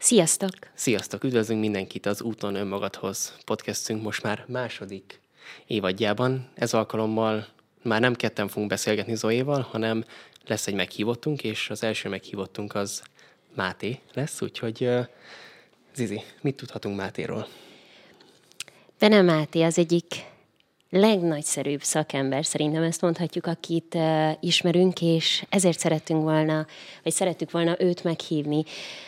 Sziasztok! Sziasztok! Üdvözlünk mindenkit az Úton önmagadhoz podcastünk most már második évadjában. Ez alkalommal már nem ketten fogunk beszélgetni Zoéval, hanem lesz egy meghívottunk, és az első meghívottunk az Máté lesz, úgyhogy Zizi, mit tudhatunk Mátéról? Bene Máté az egyik legnagyszerűbb szakember, szerintem ezt mondhatjuk, akit ismerünk, és ezért szerettük volna őt meghívni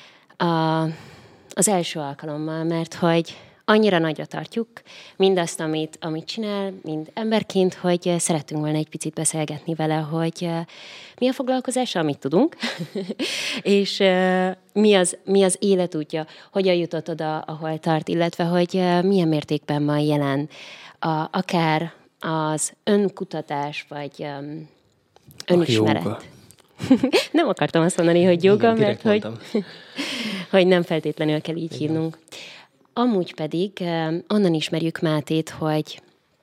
az első alkalommal, mert hogy annyira nagyra tartjuk mindazt, amit csinál, mind emberként, hogy szerettünk volna egy picit beszélgetni vele, hogy mi a foglalkozása, amit tudunk, és mi az életútja, hogyan jutott oda, ahol tart, illetve hogy milyen mértékben van jelen akár az önkutatás, vagy önismeret. Nem akartam azt mondani, hogy joga, mert hogy nem feltétlenül kell így hívnunk. Amúgy pedig onnan ismerjük Mátét, hogy...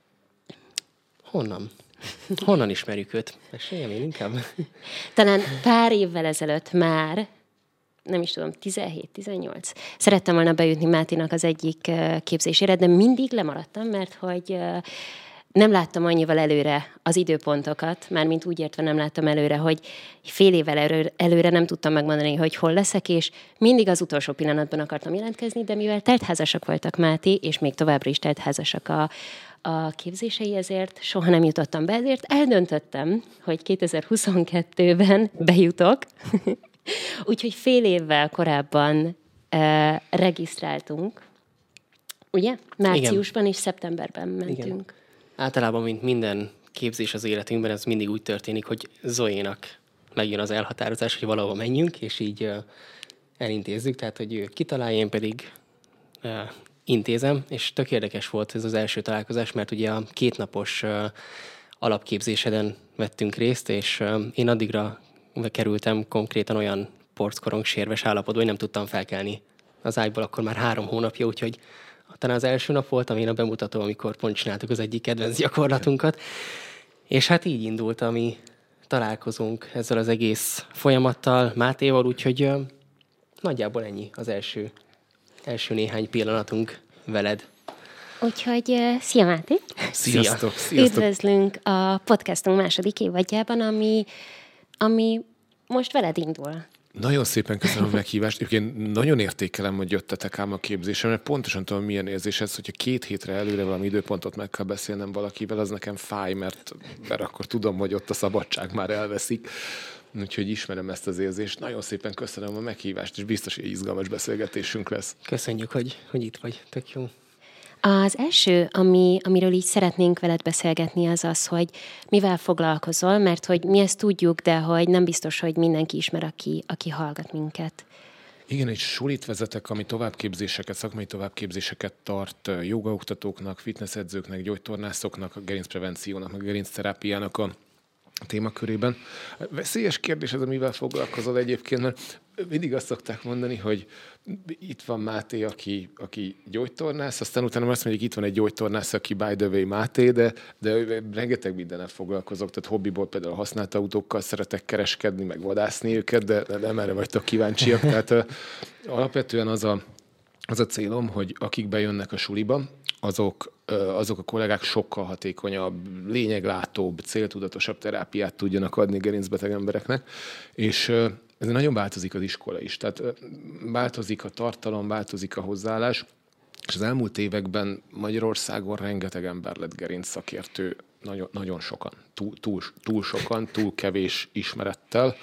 Honnan ismerjük őt? Meséljem én inkább. Talán pár évvel ezelőtt már, nem is tudom, 17-18, szerettem volna bejutni Máténak az egyik képzésére, de mindig lemaradtam, mert hogy nem láttam annyival előre az időpontokat, mármint úgy értve nem láttam előre, hogy fél évvel előre nem tudtam megmondani, hogy hol leszek, és mindig az utolsó pillanatban akartam jelentkezni, de mivel teltházasak voltak Máté, és még továbbra is teltházasak a képzései, ezért soha nem jutottam be, ezért eldöntöttem, hogy 2022-ben bejutok, úgyhogy fél évvel korábban regisztráltunk, ugye? Márciusban és szeptemberben mentünk. Igen. Általában, mint minden képzés az életünkben, ez mindig úgy történik, hogy Zoénak megjön az elhatározás, hogy valahova menjünk, és így elintézzük, tehát, hogy ő kitalálja, én pedig intézem, és tök érdekes volt ez az első találkozás, mert ugye a 2 napos alapképzéseden vettünk részt, és én addigra kerültem konkrétan olyan porckorong sérves állapotba, hogy nem tudtam felkelni az ágyból akkor már 3 hónapja, úgyhogy talán az első nap volt, amin a bemutató, amikor pont csináltuk az egyik kedvenc gyakorlatunkat. És hát így indult a mi találkozunk ezzel az egész folyamattal Mátéval, úgyhogy nagyjából ennyi az első néhány pillanatunk veled. Úgyhogy szia Máté! Sziasztok! Üdvözlünk a podcastunk második évadjában, ami most veled indul. Nagyon szépen köszönöm a meghívást. Egyébként nagyon értékelem, hogy jöttetek ám a képzésre, mert pontosan tudom, milyen érzés ez, hogyha 2 hétre előre valami időpontot meg kell beszélnem valakivel, az nekem fáj, mert akkor tudom, hogy ott a szabadság már elveszik. Úgyhogy ismerem ezt az érzést. Nagyon szépen köszönöm a meghívást, és biztos, hogy izgalmas beszélgetésünk lesz. Köszönjük, hogy itt vagy. Tök jó. Az első, amiről így szeretnénk veled beszélgetni, az az, hogy mivel foglalkozol, mert hogy mi ezt tudjuk, de hogy nem biztos, hogy mindenki ismer, aki hallgat minket. Igen, egy sulit vezetek, ami szakmai továbbképzéseket tart jogaoktatóknak, fitnessedzőknek, gyógytornászoknak, a gerincprevenciónak, a gerincterápiának a témakörében. Veszélyes kérdés ez, amivel foglalkozol egyébként, mert mindig azt szokták mondani, hogy itt van Máté, aki gyógytornász, aztán utána azt mondjuk, itt van egy gyógytornász, aki by the way Máté, de rengeteg mindennel foglalkozok, tehát hobbiból például használt autókkal szeretek kereskedni, meg vadászni őket, de nem erre vagytok kíváncsiak. Tehát alapvetően az a célom, hogy akik bejönnek a suliba, azok a kollégák sokkal hatékonyabb, lényeglátóbb, céltudatosabb terápiát tudjanak adni gerincbeteg embereknek, és ez nagyon változik az iskola is. Tehát változik a tartalom, változik a hozzáállás, és az elmúlt években Magyarországon rengeteg ember lett gerinc szakértő, nagyon, nagyon sokan, túl sokan, túl kevés ismerettel,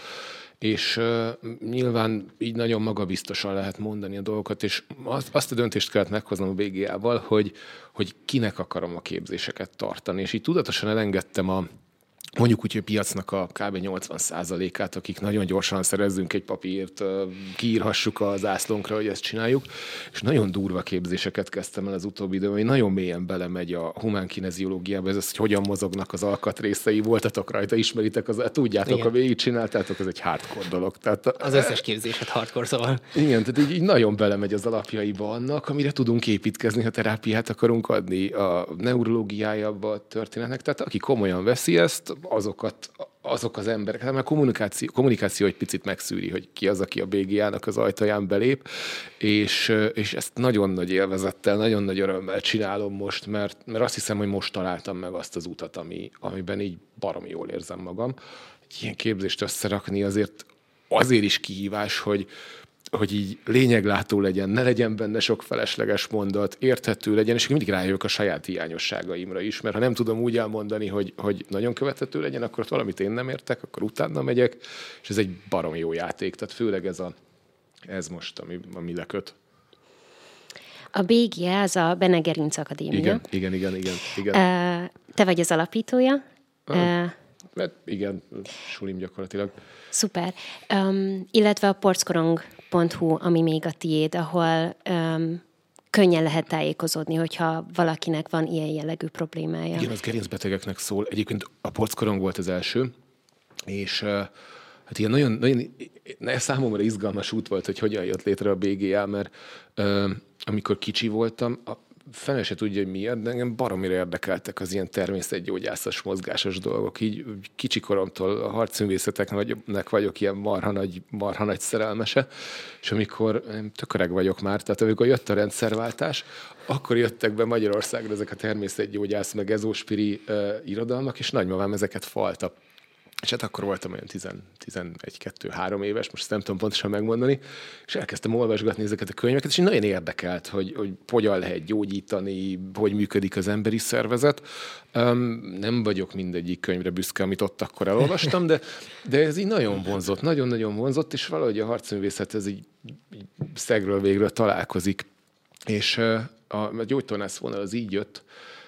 és nyilván így nagyon magabiztosan lehet mondani a dolgokat, és azt a döntést kellett meghoznom a BGA-val, hogy kinek akarom a képzéseket tartani, és így tudatosan elengedtem mondjuk úgy, hogy a piacnak a kb. 80%-át, akik nagyon gyorsan szerezzünk egy papírt, kiírhassuk a zászlónkra, hogy ezt csináljuk, és nagyon durva képzéseket kezdtem el az utóbbi időben, hogy nagyon mélyen belemegy a humán kineziológiába, ez az, hogy hogyan mozognak az alkatrészei, voltatok rajta, ismeritek, tudjátok, ha végig csináltátok, ez egy hardcore dolog. Tehát az összes képzéset hardcore, szóval. Igen, tehát így nagyon belemegy az alapjaiba annak, amire tudunk építkezni, ha terápiát akarunk adni a neurológiájába, a történetnek. Tehát aki komolyan veszi ezt, azok az emberek, hát már kommunikáció egy picit megszűri, hogy ki az, aki a BGA-nak az ajtaján belép, és ezt nagyon nagy élvezettel, nagyon nagy örömmel csinálom most, mert azt hiszem, hogy most találtam meg azt az utat, amiben így baromi jól érzem magam. Egy ilyen képzést összerakni azért is kihívás, hogy így lényeglátó legyen, ne legyen benne sok felesleges mondat, érthető legyen, és mindig rájövök a saját hiányosságaimra is, mert ha nem tudom úgy elmondani, hogy nagyon követhető legyen, akkor ott valamit én nem értek, akkor utána megyek, és ez egy baromi jó játék, tehát főleg ez most, ami leköt. A BGA az a Bene Gerinc Akadémia. Igen. Te vagy az alapítója. Igen, sulim gyakorlatilag. Szuper. Illetve a porckorong.hu, ami még a tiéd, ahol könnyen lehet tájékozódni, hogyha valakinek van ilyen jellegű problémája. Igen, az gerincbetegeknek szól. Egyébként a porckorong volt az első, és hát ilyen nagyon számomra izgalmas út volt, hogy hogyan jött létre a BGA, mert amikor kicsi voltam, fene se tudja, hogy miért, de engem baromira érdekeltek az ilyen természetgyógyászas, mozgásos dolgok. Így kicsi koromtól a harcművészeteknek vagyok ilyen marha nagy szerelmese, és amikor tök öreg vagyok már, tehát amikor jött a rendszerváltás, akkor jöttek be Magyarországra ezek a természetgyógyász, meg ezóspiri irodalmak, és nagymamám ezeket falta. És hát akkor voltam olyan 11-2-3 éves, most ezt nem tudom pontosan megmondani, és elkezdtem olvasgatni ezeket a könyveket, és nagyon érdekelt, hogy hogyan lehet gyógyítani, hogy működik az emberi szervezet. Nem vagyok mindegyik könyvre büszke, amit ott akkor elolvastam, de ez így nagyon vonzott, nagyon-nagyon vonzott, és valahogy a harcművészet ez így szegről végről találkozik. És a gyógytornász vonal az így jött,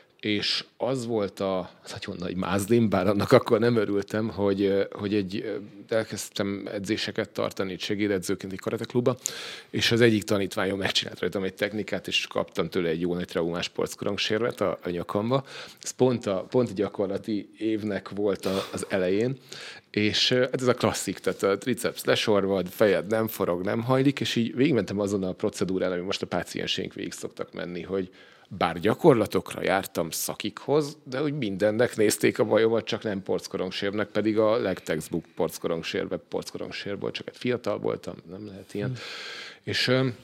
és az volt a nagyon nagy mázlim, bár annak akkor nem örültem, hogy elkezdtem edzéseket tartani, segédedzőként egy karateklubba, és az egyik tanítványom megcsinált rajtam egy technikát, és kaptam tőle egy jó nagy traumás porckorong-sérvet a nyakamba. Ez pont a gyakorlati évnek volt az elején, és ez a klasszik, tehát a triceps lesorvad, fejed nem forog, nem hajlik, és így végigmentem azon a procedúrán, ami most a pácienseink végig szoktak menni, hogy bár gyakorlatokra jártam szakikhoz, de úgy mindennek nézték a bajomat, csak nem porckorongsérbnek, pedig a legtextbook porckorongsér volt, csak egy fiatal voltam, nem lehet ilyen. És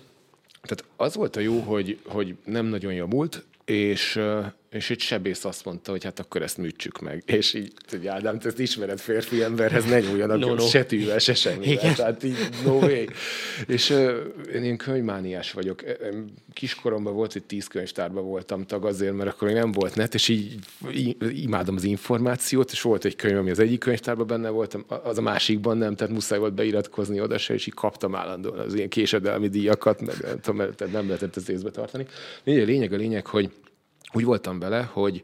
tehát az volt a jó, hogy nem nagyon javult, és egy sebész azt mondta, hogy hát akkor ezt műtsük meg. És így, hogy Ádám, te ezt ismered, férfi emberhez ne nyúljanak se tűvel, se semmivel. Tehát így no way. És én ilyen könyvmániás vagyok. Kiskoromban volt, hogy 10 könyvtárban voltam tag azért, mert akkor még nem volt net, és így imádom az információt, és volt egy könyv, ami az egyik könyvtárban benne voltam, az a másikban nem, tehát muszáj volt beiratkozni oda se, és így kaptam állandóan az ilyen késedelmi díjakat, meg nem lehetett ezt észbe tartani. A lényeg, hogy úgy voltam vele, hogy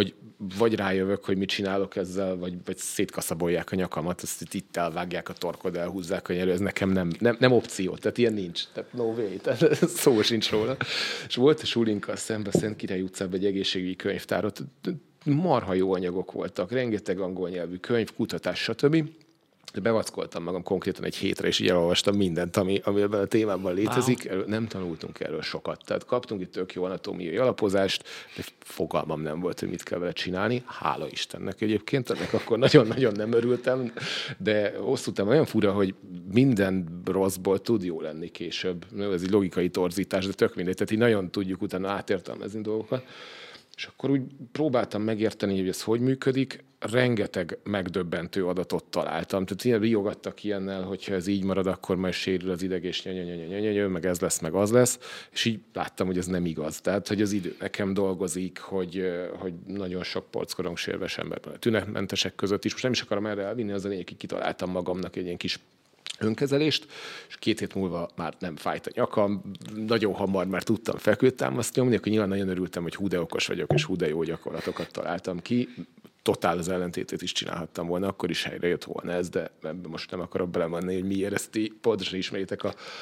vagy rájövök, hogy mit csinálok ezzel, vagy szétkaszabolják a nyakamat, azt itt elvágják a torkod, elhúzzák a nyelő, ez nekem nem opció, tehát ilyen nincs, tehát no way, tehát szó sincs róla. És volt a sulinkkal szemben a Szentkirály utcában egy egészségügyi könyvtárot, marha jó anyagok voltak, rengeteg angol nyelvű könyv, kutatás, stb. De bevackoltam magam konkrétan egy hétre, és így elolvastam mindent, ami ebben a témában létezik. Wow. Nem tanultunk erről sokat. Tehát kaptunk itt tök jó anatómiai alapozást, de fogalmam nem volt, hogy mit kell vele csinálni. Hála Istennek egyébként, ennek akkor nagyon-nagyon nem örültem, de hosszú távon olyan fura, hogy minden rosszból tud jó lenni később. Ez egy logikai torzítás, de tök mindegy. Tehát így nagyon tudjuk utána átértelmezni dolgokat. És akkor úgy próbáltam megérteni, hogy ez hogy működik. Rengeteg megdöbbentő adatot találtam. Tehát ilyen riogattak ilyennel, hogyha ez így marad, akkor majd sérül az ideg, és meg ez lesz, meg az lesz. És így láttam, hogy ez nem igaz. Tehát, hogy az idő nekem dolgozik, hogy nagyon sok porckorongsérbes emberben a tünetmentesek között is. Most nem is akarom erre elvinni, az a lényeg, hogy kitaláltam magamnak egy ilyen kis önkezelést, és 2 hét múlva már nem fájt a nyakam, nagyon hamar már tudtam fekvőtámaszt nyomni, akkor nyilván nagyon örültem, hogy hú de okos vagyok, és hú de jó gyakorlatokat találtam ki. Totál az ellentétét is csinálhattam volna, akkor is helyre jött volna ez, de ebben most nem akarok belemenni, hogy miért ezt ti pontosan ismeritek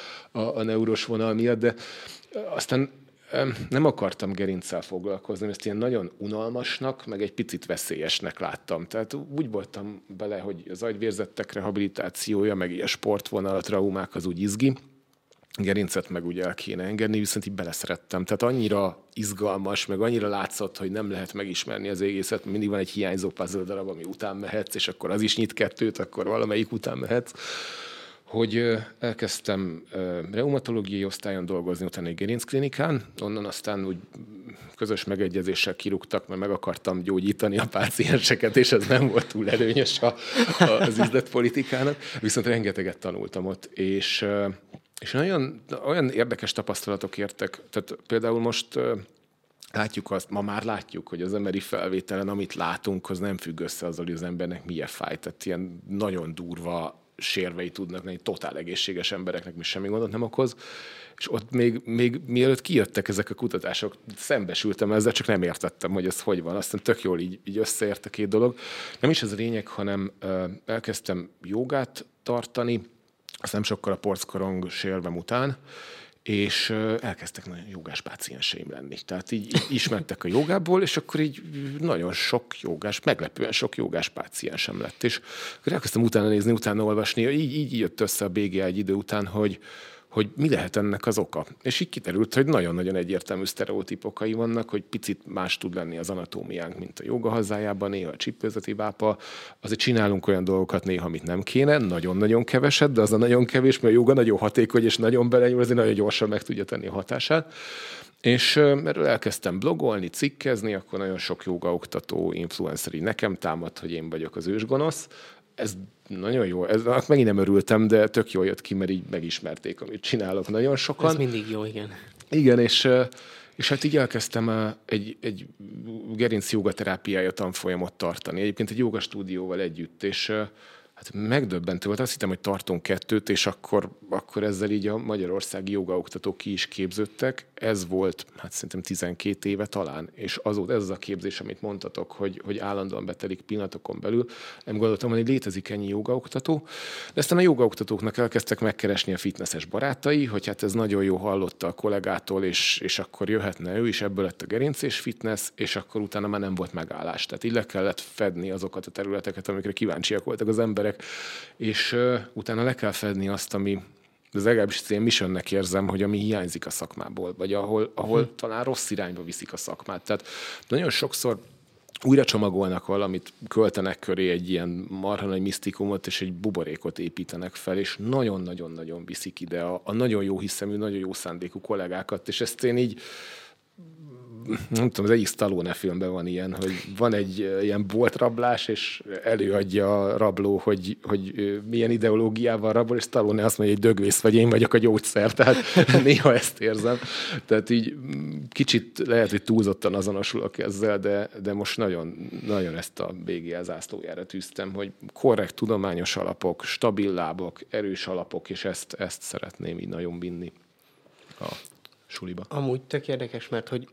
a neurós vonal miatt, de aztán nem akartam gerinccel foglalkozni, ezt ilyen nagyon unalmasnak, meg egy picit veszélyesnek láttam. Tehát úgy voltam bele, hogy az agyvérzettek rehabilitációja, meg ilyen sportvonal, a traumák az úgy izgi, gerincet meg ugye el kéne engedni, viszont így beleszerettem. Tehát annyira izgalmas, meg annyira látszott, hogy nem lehet megismerni az egészet. Mindig van egy hiányzó puzzle darab, ami után mehetsz, és akkor az is nyit kettőt, akkor valamelyik után mehetsz. Hogy elkezdtem reumatológiai osztályon dolgozni, utána egy gerincklinikán, onnan aztán úgy közös megegyezéssel kirúgtak, mert meg akartam gyógyítani a pácienseket, és ez nem volt túl előnyös az üzletpolitikának, viszont rengeteget tanultam ott, és olyan érdekes tapasztalatok értek, tehát például most látjuk azt, ma már látjuk, hogy az MRI felvételen, amit látunk, az nem függ össze azzal, hogy az embernek milyen fáj, tehát ilyen nagyon durva sérvei tudnak lenni, totál egészséges embereknek mi semmi gondot nem okoz, és ott még mielőtt kijöttek ezek a kutatások, szembesültem ezzel, csak nem értettem, hogy ez hogy van. Aztán tök jól így összeért a két dolog. Nem is ez a lényeg, hanem elkezdtem jogát tartani, azt nem sokkal a porckorong sérvem után, és elkezdtek nagyon jogás pácienseim lenni. Tehát így ismertek a jogából, és akkor így nagyon sok jogás, meglepően sok jogás páciensem lett. És akkor elkezdtem utána nézni, utána olvasni, így jött össze a BGA egy idő után, hogy mi lehet ennek az oka. És így kiderült, hogy nagyon-nagyon egyértelmű sztereotípokai vannak, hogy picit más tud lenni az anatómiánk, mint a jóga hazájában, néha a csípőzeti vápa. Azért csinálunk olyan dolgokat néha, amit nem kéne, nagyon-nagyon keveset, de az a nagyon kevés, mert a jóga nagyon hatékony, és nagyon belenyúl, azért nagyon gyorsan meg tudja tenni a hatását. És erről elkezdtem blogolni, cikkezni, akkor nagyon sok jógaoktató, influencer így nekem támadt, hogy én vagyok az ősgonosz. Ez nagyon jó, megint nem örültem, de tök jól jött ki, mert így megismerték, amit csinálok nagyon sokan. Ez mindig jó, igen. Igen, és hát így elkezdtem egy gerinc jogaterápiája tanfolyamot tartani. Egyébként egy jogastúdióval együtt, és hát megdöbbentő volt. Azt hittem, hogy tartunk 2, és akkor ezzel így a magyarországi jogaoktatók ki is képződtek. Ez volt, hát szerintem 12 éve talán, és azóta ez az a képzés, amit mondtatok, hogy állandóan betelik pillanatokon belül. Nem gondoltam, hogy létezik ennyi jogaoktató. De aztán a jogaoktatóknak elkezdtek megkeresni a fitnesses barátai, hogy hát ez nagyon jó, hallotta a kollégától, és akkor jöhetne ő is, ebből lett a gerinc és fitness, és akkor utána már nem volt megállás. Tehát így le kellett fedni azokat a területeket, amikre kíváncsiak voltak az emberek, és utána le kell fedni azt, ami az legalábbis ilyen missionnek érzem, hogy ami hiányzik a szakmából, vagy ahol talán rossz irányba viszik a szakmát. Tehát nagyon sokszor újra csomagolnak valamit, költenek köré egy ilyen marha nagy misztikumot, és egy buborékot építenek fel, és nagyon-nagyon-nagyon viszik ide a nagyon jó hiszemű, nagyon jó szándékú kollégákat, és ezt én így nem tudom, az egyik Stallone filmben van ilyen, hogy van egy ilyen boltrablás, és előadja a rabló, hogy milyen ideológiával rabol, és Stallone azt mondja, hogy dögvész vagy, én vagyok a gyógyszer. Tehát néha ezt érzem. Tehát így kicsit lehet, hogy túlzottan azonosulok ezzel, de most nagyon, nagyon ezt a BGA zászlójára tűztem, hogy korrekt tudományos alapok, stabil lábok, erős alapok, és ezt szeretném így nagyon vinni a suliba. Amúgy tök érdekes, mert hogy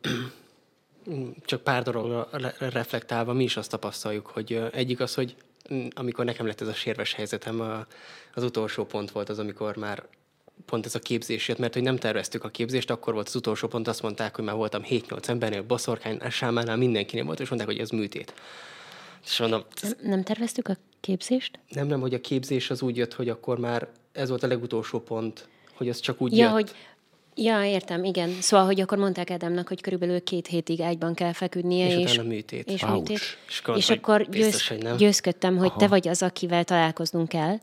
csak pár dologra reflektálva mi is azt tapasztaljuk, hogy egyik az, hogy amikor nekem lett ez a sérves helyzetem, az utolsó pont volt az, amikor már pont ez a képzés jött, mert hogy nem terveztük a képzést, akkor volt az utolsó pont, azt mondták, hogy már voltam 7-8 embernél, Boszorkány, Sámánál, mindenkinél volt, és mondták, hogy ez műtét. És mondom, nem terveztük a képzést? Nem, hogy a képzés az úgy jött, hogy akkor már ez volt a legutolsó pont, hogy az csak úgy ja, jött. Hogy ja, értem, igen. Szóval, hogy akkor mondták Ádámnak, hogy körülbelül 2 hétig ágyban kell feküdnie. És utána műtét. És akkor győzködtem, hogy te vagy az, akivel találkoznunk kell.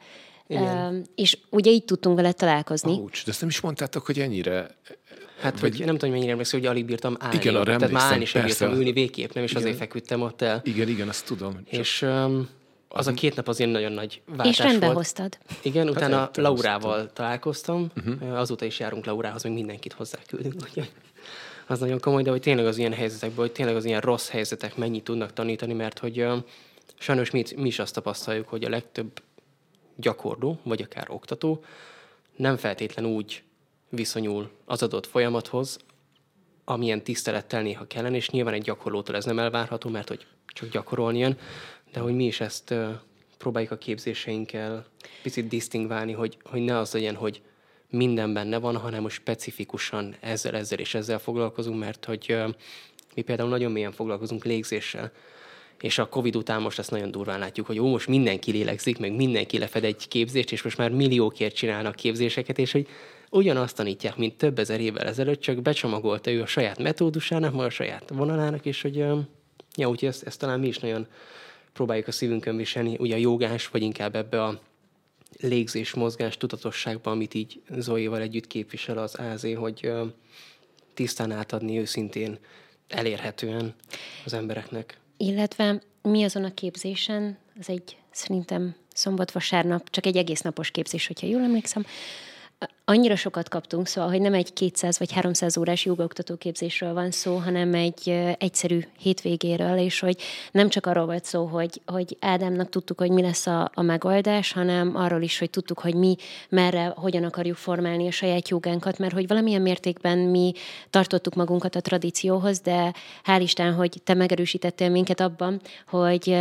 És ugye így tudtunk vele találkozni. De ezt nem is mondtátok, hogy ennyire... Hát, vagy nem tudom, mennyire emlékszel, hogy alig bírtam állni. Igen, arra tehát már állni sem persze. bírtam ülni, végképp nem, és azért feküdtem ott el. Igen, azt tudom. És az a 2 nap az ilyen nagyon nagy váltás és rendbe volt. hoztad. Igen, utána Laurával találkoztam. Azóta is járunk Laurához, még mindenkit hozzáküldünk. Az nagyon komoly, de hogy tényleg az ilyen helyzetekből, hogy tényleg az ilyen rossz helyzetek mennyit tudnak tanítani, mert hogy sajnos mi is azt tapasztaljuk, hogy a legtöbb gyakorló, vagy akár oktató nem feltétlen úgy viszonyul az adott folyamathoz, amilyen tisztelettel néha kellene, és nyilván egy gyakorlótól ez nem elvárható, mert hogy csak gyakorolni jön, de hogy mi is ezt próbáljuk a képzéseinkkel picit disztingválni, hogy ne az legyen, hogy minden benne van, hanem hogy specifikusan ezzel foglalkozunk, mert hogy mi például nagyon mélyen foglalkozunk légzéssel, és a Covid után most ezt nagyon durván látjuk, hogy most mindenki lélegzik, meg mindenki lefed egy képzést, és most már milliókért csinálnak képzéseket, és hogy ugyanazt tanítják, mint több ezer évvel ezelőtt, csak becsomagolta ő a saját metódusának, meg a saját vonalának, és hogy úgyhogy ezt talán mi is nagyon próbáljuk a szívünkön viselni, ugye a jogás, vagy inkább ebbe a légzés, mozgás, tudatosságban, amit így Zoéval együtt képvisel az AZ, hogy tisztán átadni őszintén, elérhetően az embereknek. Illetve mi azon a képzésen, az egy szerintem szombat-vasárnap, csak egy egész napos képzés, hogyha jól emlékszem, annyira sokat kaptunk, szóval, hogy nem egy 200 vagy 300 órás jogaoktató képzésről van szó, hanem egy egyszerű hétvégéről, és hogy nem csak arról volt szó, hogy Ádámnak tudtuk, hogy mi lesz a megoldás, hanem arról is, hogy tudtuk, hogy mi merre, hogyan akarjuk formálni a saját jogánkat, mert hogy valamilyen mértékben mi tartottuk magunkat a tradícióhoz, de hál' Isten, hogy te megerősítettél minket abban, hogy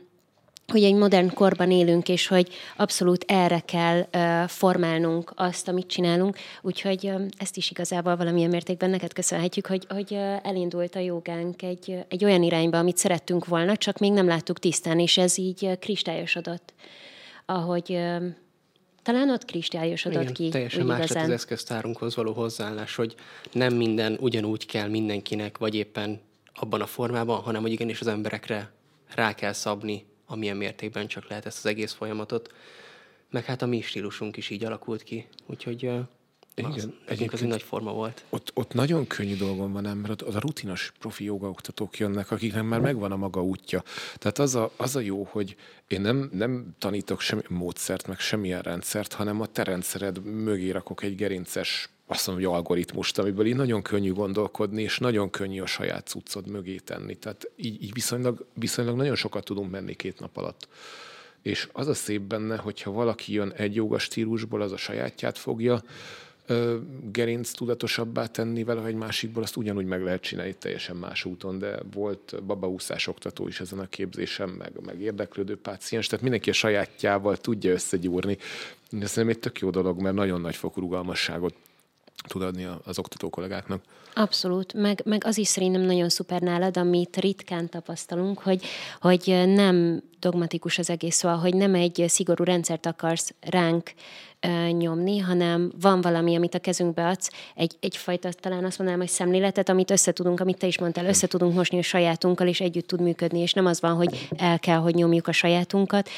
egy modern korban élünk, és hogy abszolút erre kell formálnunk azt, amit csinálunk. Úgyhogy ezt is igazából valamilyen mértékben neked köszönhetjük, hogy elindult a jogánk egy olyan irányba, amit szerettünk volna, csak még nem láttuk tisztán, és ez így kristályosodott. Ahogy talán ott kristályosodott igen, ki. Teljesen más lett az eszköztárunkhoz való hozzáállás, hogy nem minden ugyanúgy kell mindenkinek, vagy éppen abban a formában, hanem hogy igenis az emberekre rá kell szabni, amilyen mértékben csak lehet ezt az egész folyamatot. Meg hát a mi stílusunk is így alakult ki. Úgyhogy nekünk az egy nagy forma volt. Ott nagyon könnyű dolgom van, mert ott a rutinos profi jogaoktatók jönnek, akiknek már megvan a maga útja. Tehát az a jó, hogy én nem tanítok semmi módszert, meg semmilyen rendszert, hanem a te rendszered mögé rakok egy gerinces, azt mondom, hogy algoritmust, amiből így nagyon könnyű gondolkodni, és nagyon könnyű a saját cuccod mögé tenni. Tehát így viszonylag nagyon sokat tudunk menni 2 nap alatt. És az a szép benne, hogyha valaki jön egy jóga stílusból, az a sajátját fogja gerinc tudatosabbá tenni vele, egy másikból, azt ugyanúgy meg lehet csinálni teljesen más úton, de volt babaúszás oktató is ezen a képzésen, meg érdeklődő páciens, tehát mindenki a sajátjával tudja összegyúrni. De szerintem egy tök jó dolog, mert nagyon nagy fokú rugalmasságot tud adni az oktató kollégáknak. Abszolút, meg az is szerintem nagyon szuper nálad, amit ritkán tapasztalunk, hogy nem dogmatikus az egész, szóval, hogy nem egy szigorú rendszert akarsz ránk nyomni, hanem van valami, amit a kezünkbe adsz, egyfajta, talán azt mondanám, hogy szemléletet, amit amit te is mondtál, tudunk mosni a sajátunkkal, és együtt tud működni, és nem az van, hogy el kell, hogy nyomjuk a sajátunkat,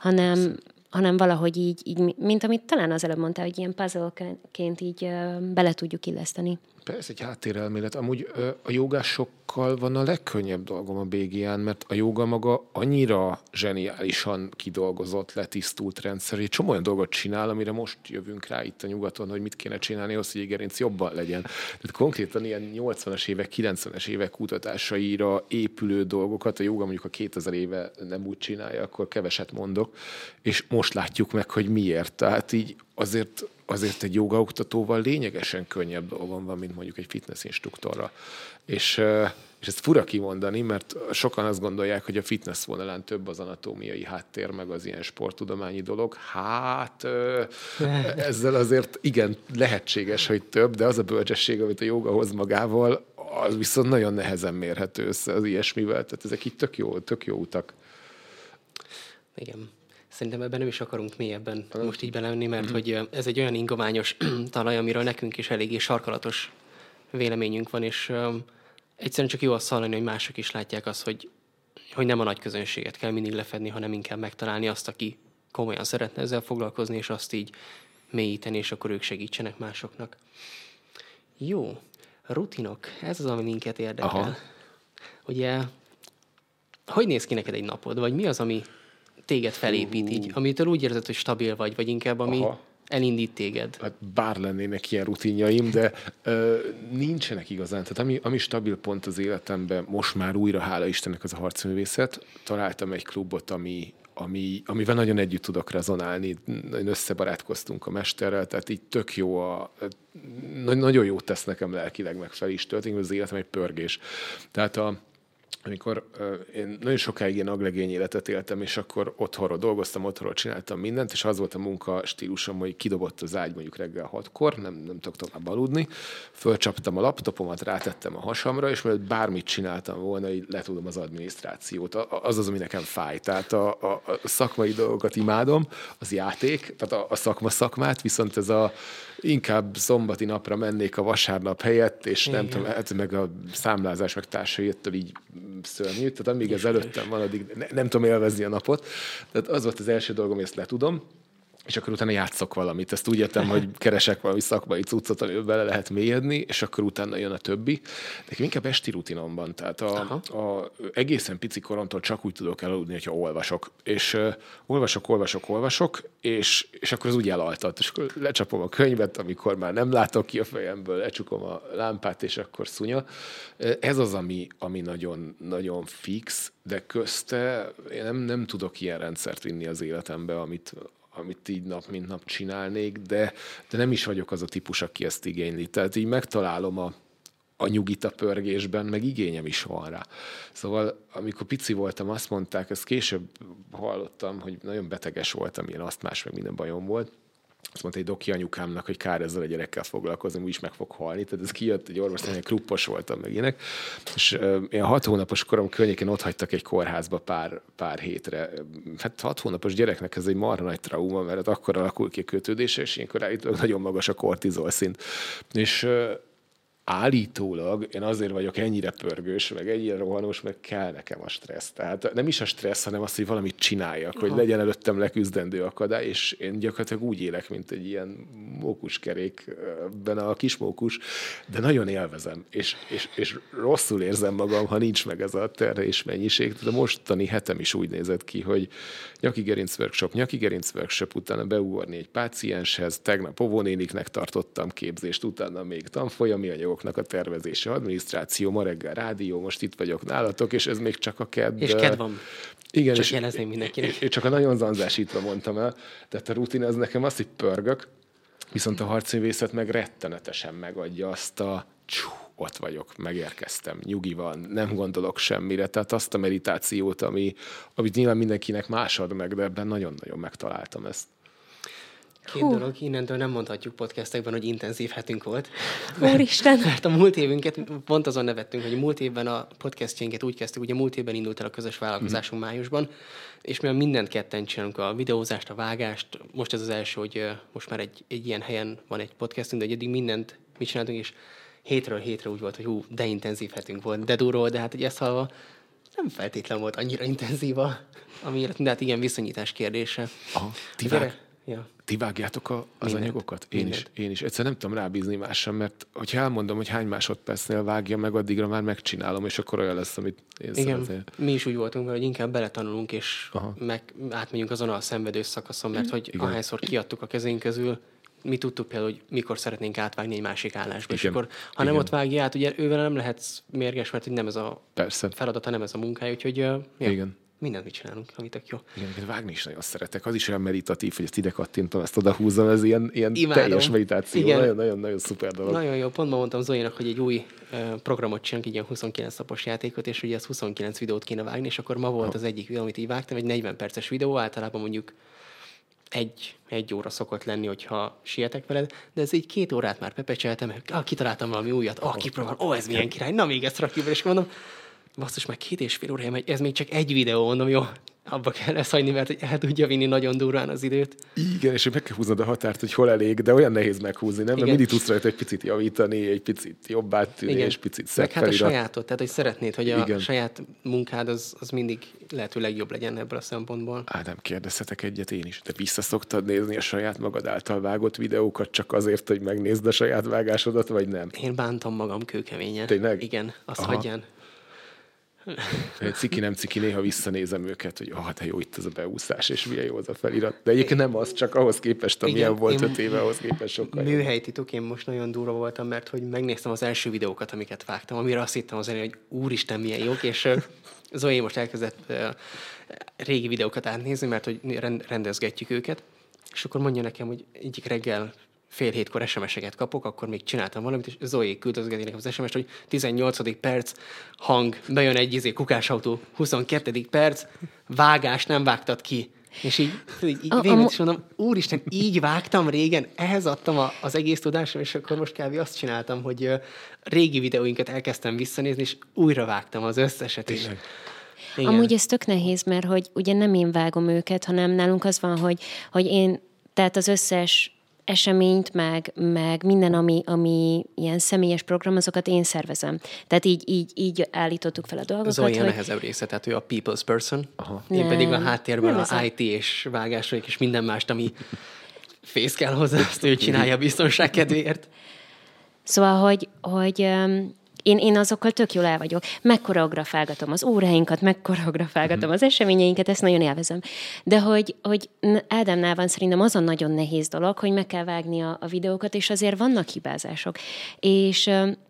hanem valahogy így, mint amit talán az előbb mondtál, hogy ilyen puzzle-ként így bele tudjuk illeszteni. Persze, egy háttérelmélet. Amúgy a jogásokkal van a legkönnyebb dolgom a BGA-n, mert a joga maga annyira zseniálisan kidolgozott, letisztult rendszer, hogy egy csomó olyan dolgot csinál, amire most jövünk rá itt a nyugaton, hogy mit kéne csinálni ahhoz, hogy egy gerinc jobban legyen. Tehát konkrétan ilyen 80-as évek, 90-es évek kutatásaira épülő dolgokat, a joga mondjuk a 2000 éve nem úgy csinálja, akkor keveset mondok, és most látjuk meg, hogy miért. Tehát így azért egy jogaoktatóval lényegesen könnyebb dolgom van, mint mondjuk egy fitness instruktorra. És ezt fura kimondani, mert sokan azt gondolják, hogy a fitness vonalán több az anatómiai háttér, meg az ilyen sporttudományi dolog. Hát ezzel azért igen, lehetséges, hogy több, de az a bölcsesség, amit a joga hoz magával, az viszont nagyon nehezen mérhető össze az ilyesmivel. Tehát ezek így tök jó utak. Igen. Szerintem ebben nem is akarunk mélyebben most így belemenni, mert hogy ez egy olyan ingományos talaj, amiről nekünk is eléggé sarkalatos véleményünk van, és egyszerűen csak jó azt hallani, hogy mások is látják azt, hogy nem a nagy közönséget kell mindig lefedni, hanem inkább megtalálni azt, aki komolyan szeretne ezzel foglalkozni, és azt így mélyíteni, és akkor ők segítsenek másoknak. Jó, rutinok, ez az, ami minket érdekel. Aha. Ugye, hogy néz ki neked egy napod, vagy mi az, ami téged felépít így, amitől úgy érzed, hogy stabil vagy inkább ami elindít téged? Hát bár lennének ilyen rutinjaim, de nincsenek igazán. Tehát ami stabil pont az életemben, most már újra, hála Istennek, az a harcművészet. Találtam egy klubot, amivel nagyon együtt tudok rezonálni. Nagyon összebarátkoztunk a mesterrel, tehát így tök jó, nagyon jót tesz nekem lelkileg, meg fel is töltünk, az életem egy pörgés. Tehát amikor én nagyon sokáig ilyen aglegény életet éltem, és akkor otthonról dolgoztam, otthonról csináltam mindent, és az volt a munka stílusom, hogy kidobott az ágy mondjuk reggel 6-kor, nem tudok tovább aludni, fölcsaptam a laptopomat, rátettem a hasamra, és mielőtt bármit csináltam volna, így letudom az adminisztrációt. Az, ami nekem fáj. Tehát a szakmai dolgokat imádom, az játék, tehát a szakmát, viszont ez inkább szombati napra mennék a vasárnap helyett, és nem tudom, hát meg a számlázás, meg társai ettől így szörnyű. Tehát amíg ez előttem van, addig nem tudom élvezni a napot. Tehát az volt az első dolgom, hogy ezt letudom, és akkor utána játszok valamit. Ezt úgy értem, hogy keresek valami szakmai cuccot, amiben bele lehet mélyedni, és akkor utána jön a többi. Nekem inkább esti rutinomban. Tehát egészen pici koromtól csak úgy tudok elaludni, hogyha olvasok. És olvasok, és akkor az úgy elaltat. És akkor lecsapom a könyvet, amikor már nem látok ki a fejemből, lecsukom a lámpát, és akkor szunya. Ez az, ami nagyon, nagyon fix, de közte én nem tudok ilyen rendszert vinni az életembe, amit így nap mint nap csinálnék, de nem is vagyok az a típus, aki ezt igényli. Tehát így megtalálom a nyugit a pörgésben, meg igényem is van rá. Szóval, amikor pici voltam, azt mondták, ezt később hallottam, hogy nagyon beteges voltam, ilyen asztmás, meg minden bajom volt. Azt mondta egy doki anyukámnak, hogy kár ezzel a gyerekkel foglalkozni, úgyis meg fog halni. Tehát ez kijött, egy orvos, hogy kruppos voltam meg ilyenek. És én 6 hónapos korom környékén ott hagytak egy kórházba pár hétre. Hát 6 hónapos gyereknek ez egy marha nagy trauma, mert akkor alakul ki a kötődése, és ilyenkor állítólag nagyon magas a kortizol szint. És állítólag én azért vagyok ennyire pörgős, meg ennyire rohanós, meg kell nekem a stressz. Tehát nem is a stressz, hanem azt, hogy valamit csináljak, hogy legyen előttem leküzdendő akadály, és én gyakorlatilag úgy élek, mint egy ilyen mókuskerékben a kismókus, de nagyon élvezem, és rosszul érzem magam, ha nincs meg ez a terhelés mennyiség. Tehát a mostani hetem is úgy nézett ki, hogy nyaki gerinc workshop, utána beugorni egy pácienshez, tegnap óvónéniknek tartottam képzést, utána még tanfolyami anyagoknak a tervezése, adminisztráció, ma reggel rádió, most itt vagyok nálatok, és ez még csak a kedd. És kedd van. Igen, csak jelezném mindenkinek. Én csak a nagyon zanzásítva mondtam el. Tehát a rutin az nekem azt, hogy pörgök, viszont a harcművészet meg rettenetesen megadja azt ott vagyok, megérkeztem, nyugi van, nem gondolok semmire. Tehát azt a meditációt, amit nyilván mindenkinek más ad meg, de ebben nagyon-nagyon megtaláltam ezt. Két dolog, innentől nem mondhatjuk podcastekben, hogy intenzív hetünk volt. Úristen! Mert a múlt évünket pont azon nevettünk, hogy a múlt évben a podcastjénket úgy kezdtük, ugye a múlt évben indult el a közös vállalkozásunk májusban, és mivel mindent ketten csinálunk, a videózást, a vágást, most ez az első, hogy most már egy ilyen helyen van egy podcastunk, de eddig mindent mit csináltunk, és hétről hétre úgy volt, hogy de intenzív hetünk volt, de durva, de hát ugye ezt hallva nem feltétlen volt annyira intenzív ami élet, de hát igen, viszonyítás kérdése. Aha, ti vágjátok az mindent, anyagokat? Én is. Egyszer nem tudom rábízni másra, mert hogyha elmondom, hogy hány másodpercnél vágja meg, addigra már megcsinálom, és akkor olyan lesz, amit én szeretnék. Mi is úgy voltunk, hogy inkább beletanulunk, és átmegyünk azon a szenvedős szakaszon, mert hogy ahányszor kiadtuk a kezünk közül, mi tudtuk például, hogy mikor szeretnénk átvágni egy másik állásba. És akkor, ha nem ott vágja át, ugye ővel nem lehetsz mérges, mert hogy nem ez a feladata, nem ez a munkája, úgyhogy mindent mit csinálunk, ami tök jó. Igen, vágni is nagyon szeretek. Az is olyan meditatív, hogy ezt ide kattintom, ezt odahúzom, ez ilyen teljes meditáció. Nagyon szuper dolog. Nagyon jó. Pont ma mondtam Zoinak, hogy egy új programot csinálunk, egy ilyen 29 napos játékot, és ugye ez 29 videót kéne vágni, és akkor ma volt az egyik videó, amit így vágtam, egy 40 perces videó, általában mondjuk egy óra szokott lenni, hogyha sietek veled, de ez így 2 órát már pepecseltem, kitaláltam valami újat, kipróbálom, ez milyen király, na még ezt rakjuk be, és mondom, basszus, meg 2,5 órája megy, ez még csak egy videó, mondom, jó, abba kell ezt hagyni, mert el tudja vinni nagyon durván az időt. Igen, és meg kell húznod a határt, hogy hol elég, de olyan nehéz meghúzni, nem? Mert mindig tudsz rajta egy picit javítani, egy picit jobbá tűnni, és picit szebb meg hát a sajátot, tehát hogy szeretnéd, hogy a saját munkád az mindig lehető legjobb legyen ebből a szempontból. Nem kérdezhetek egyet én is. De vissza szoktad nézni a saját magad által vágott videókat csak azért, hogy megnézd a saját vágásodat, vagy nem? Én bántam magam kőkeményen. Tényleg? Igen, azt hagyján. Ciki, nem ciki, néha visszanézem őket, hogy de jó itt az a beúszás, és milyen jó az a felirat. De egyébként nem az, csak ahhoz képest, amilyen volt 5 éve, ahhoz képest sokkal. Műhelytitok, én most nagyon durva voltam, mert hogy megnéztem az első videókat, amiket vágtam, amire azt hittem az elején, hogy úristen, milyen jók, és Zoe most elkezdett régi videókat átnézni, mert hogy rendezgetjük őket, és akkor mondja nekem, hogy egyik reggel fél hétkor SMS-eket kapok, akkor még csináltam valamit, és Zoe küldözgeti nekem az SMS-t, hogy 18. perc, hang, bejön egy kukásautó, 22. perc, vágás, nem vágtad ki. És így végül is mondom, úristen, így vágtam régen, ehhez adtam az egész tudásom, és akkor most kb. Azt csináltam, hogy régi videóinkat elkezdtem visszanézni, és újra vágtam az összeset is. Igen. Amúgy ez tök nehéz, mert hogy ugye nem én vágom őket, hanem nálunk az van, hogy én, tehát az összes eseményt, meg minden, ami ilyen személyes program, azokat én szervezem. Tehát így állítottuk fel a dolgokat. Zoe a nehezebb része, tehát ő a people's person. Aha. Én pedig a háttérben az IT és vágások és minden mást, ami fészkel hozzá, azt ő csinálja biztonság kedvéért. Szóval, hogy én azokkal tök jól el vagyok. Megkoreografálgatom az óráinkat, megkoreografálgatom az eseményeinket, ezt nagyon élvezem. De hogy Ádámnál van szerintem az a nagyon nehéz dolog, hogy meg kell vágni a videókat, és azért vannak hibázások. És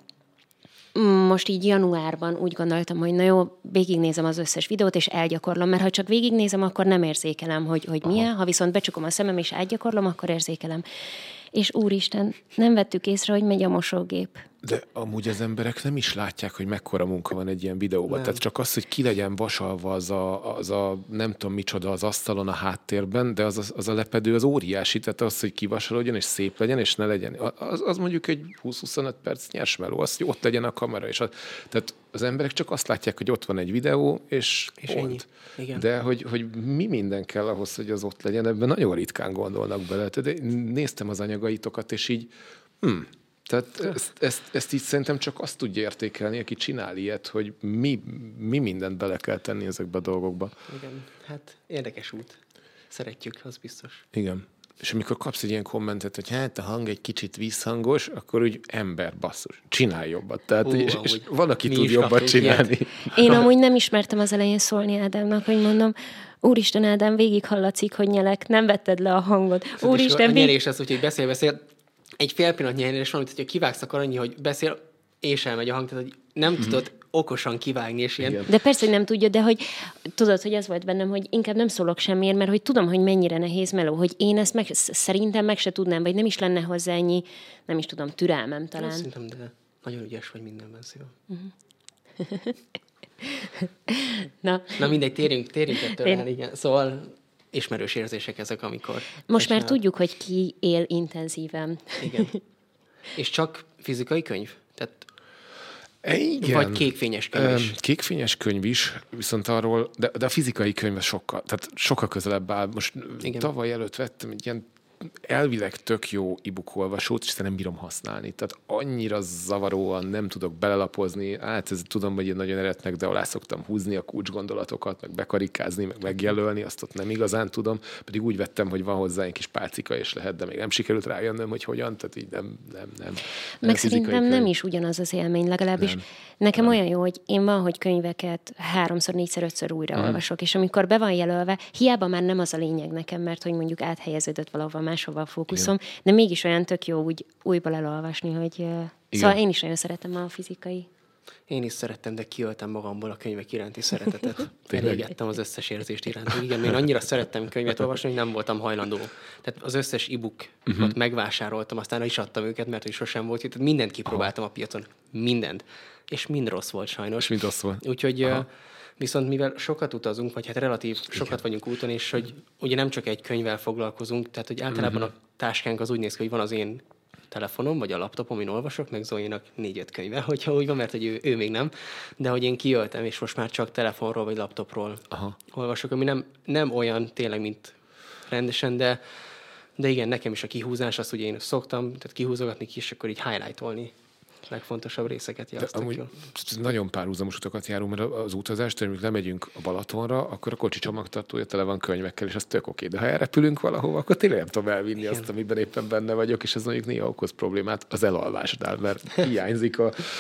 most így januárban úgy gondoltam, hogy na jó, végignézem az összes videót, és elgyakorlom, mert ha csak végignézem, akkor nem érzékelem, hogy milyen, ha viszont becsukom a szemem, és átgyakorlom, akkor érzékelem. És úristen, nem vettük észre, hogy megy a mosógép. De amúgy az emberek nem is látják, hogy mekkora munka van egy ilyen videóban. Nem. Tehát csak az, hogy ki legyen vasalva az a nem tudom micsoda az asztalon a háttérben, de az a lepedő az óriási, tehát az, hogy kivasalodjon, és szép legyen, és ne legyen. Az mondjuk egy 20-25 perc nyers meló, az, hogy ott legyen a kamera. Tehát az emberek csak azt látják, hogy ott van egy videó, és ennyi. Igen. De hogy mi minden kell ahhoz, hogy az ott legyen, ebben nagyon ritkán gondolnak bele. Tehát néztem az anyagaitokat, és így tehát ezt így szerintem csak azt tudja értékelni, aki csinál ilyet, hogy mi mindent bele kell tenni ezekbe a dolgokba. Igen, hát érdekes út. Szeretjük, az biztos. Igen. És amikor kapsz egy ilyen kommentet, hogy hát a hang egy kicsit visszhangos, akkor úgy ember basszus, csinálj jobbat. Tehát, és van, aki tud jobbat csinálni. Én amúgy nem ismertem az elején szólni Ádámnak, hogy mondom, úristen Ádám, végig hallatszik, hogy nyelek, nem vetted le a hangot. Úristen, a nyelés az, úgyhogy beszél. Egy fél pillanat nyelés van, hogyha kivágsz, akkor annyi, hogy beszél, és elmegy a hang, tehát hogy nem tudod okosan kivágni, és ilyen. De persze, hogy nem tudja, de hogy tudod, hogy az volt bennem, hogy inkább nem szólok semmiért, mert hogy tudom, hogy mennyire nehéz meló, hogy én ezt szerintem meg se tudnám, vagy nem is lenne hozzá ennyi, nem is tudom, türelmem talán. Szerintem, de nagyon ügyes vagy mindenben, Szilva. Na mindegy, térjünk ettől el, igen. Szóval ismerős érzések ezek, amikor... Most már tudjuk, hogy ki él intenzíven. Igen. És csak fizikai könyv? Tehát igen. Vagy kékfényes könyv is? Kékfényes könyv is, viszont arról, de a fizikai könyv sokkal közelebb áll. Most tavaly előtt vettem egy ilyen elvileg tök jó e-book olvasót, és nem bírom használni. Tehát annyira zavaróan nem tudok belelapozni. Hát ez tudom, hogy én nagyon eretnek, de alá szoktam húzni a kulcsgondolatokat, meg bekarikázni, meg megjelölni, azt ott nem igazán tudom. Pedig úgy vettem, hogy van hozzá egy kis pálcika, és lehet, de még nem sikerült rájönnöm, hogy hogyan, tehát így nem. Meg szerintem nem is ugyanaz az élmény, legalábbis nekem olyan jó, hogy én van, hogy könyveket 3-szor, 4-szer, 5-ször újra olvasok, és amikor be van jelölve, hiába már nem az a lényeg nekem, mert hogy mondjuk áthelyeződött valahova máshova a fókuszom, de mégis olyan tök jó úgy újból elolvasni, hogy... Szóval én is nagyon szeretem a fizikai. Én is szerettem, de kiöltem magamból a könyvek iránti szeretetet. Elégettem az összes érzést iránt. Igen, én annyira szerettem könyvet olvasni, hogy nem voltam hajlandó. Tehát az összes e-bookot megvásároltam, aztán is adtam őket, mert hogy sosem volt. Tehát mindent kipróbáltam a piacon. Mindent. És mind rossz volt sajnos. És mind rossz volt. Úgyhogy... Viszont mivel sokat utazunk, vagy hát relatív sokat vagyunk úton, és hogy ugye nem csak egy könyvvel foglalkozunk, tehát hogy általában a táskánk az úgy néz ki, hogy van az én telefonom, vagy a laptopom, én olvasok, meg Zoe-nak 4-5 könyve, hogyha úgy van, mert hogy ő még nem, de hogy én kiöltem, és most már csak telefonról, vagy laptopról olvasok, ami nem olyan tényleg, mint rendesen, de igen, nekem is a kihúzás, azt ugye én szoktam, tehát kihúzogatni ki, és akkor így highlightolni legfontosabb részeket amúgy nagyon párhuzamos utakat járunk, mert az utazást, amikor lemegyünk a Balatonra, akkor a kocsi csomagtartója tele van könyvekkel, és az tök oké. De ha elrepülünk valahova, akkor tényleg nem tudom elvinni azt, amiben éppen benne vagyok, és ez mondjuk néha okoz problémát az elalvásnál, mert hiányzik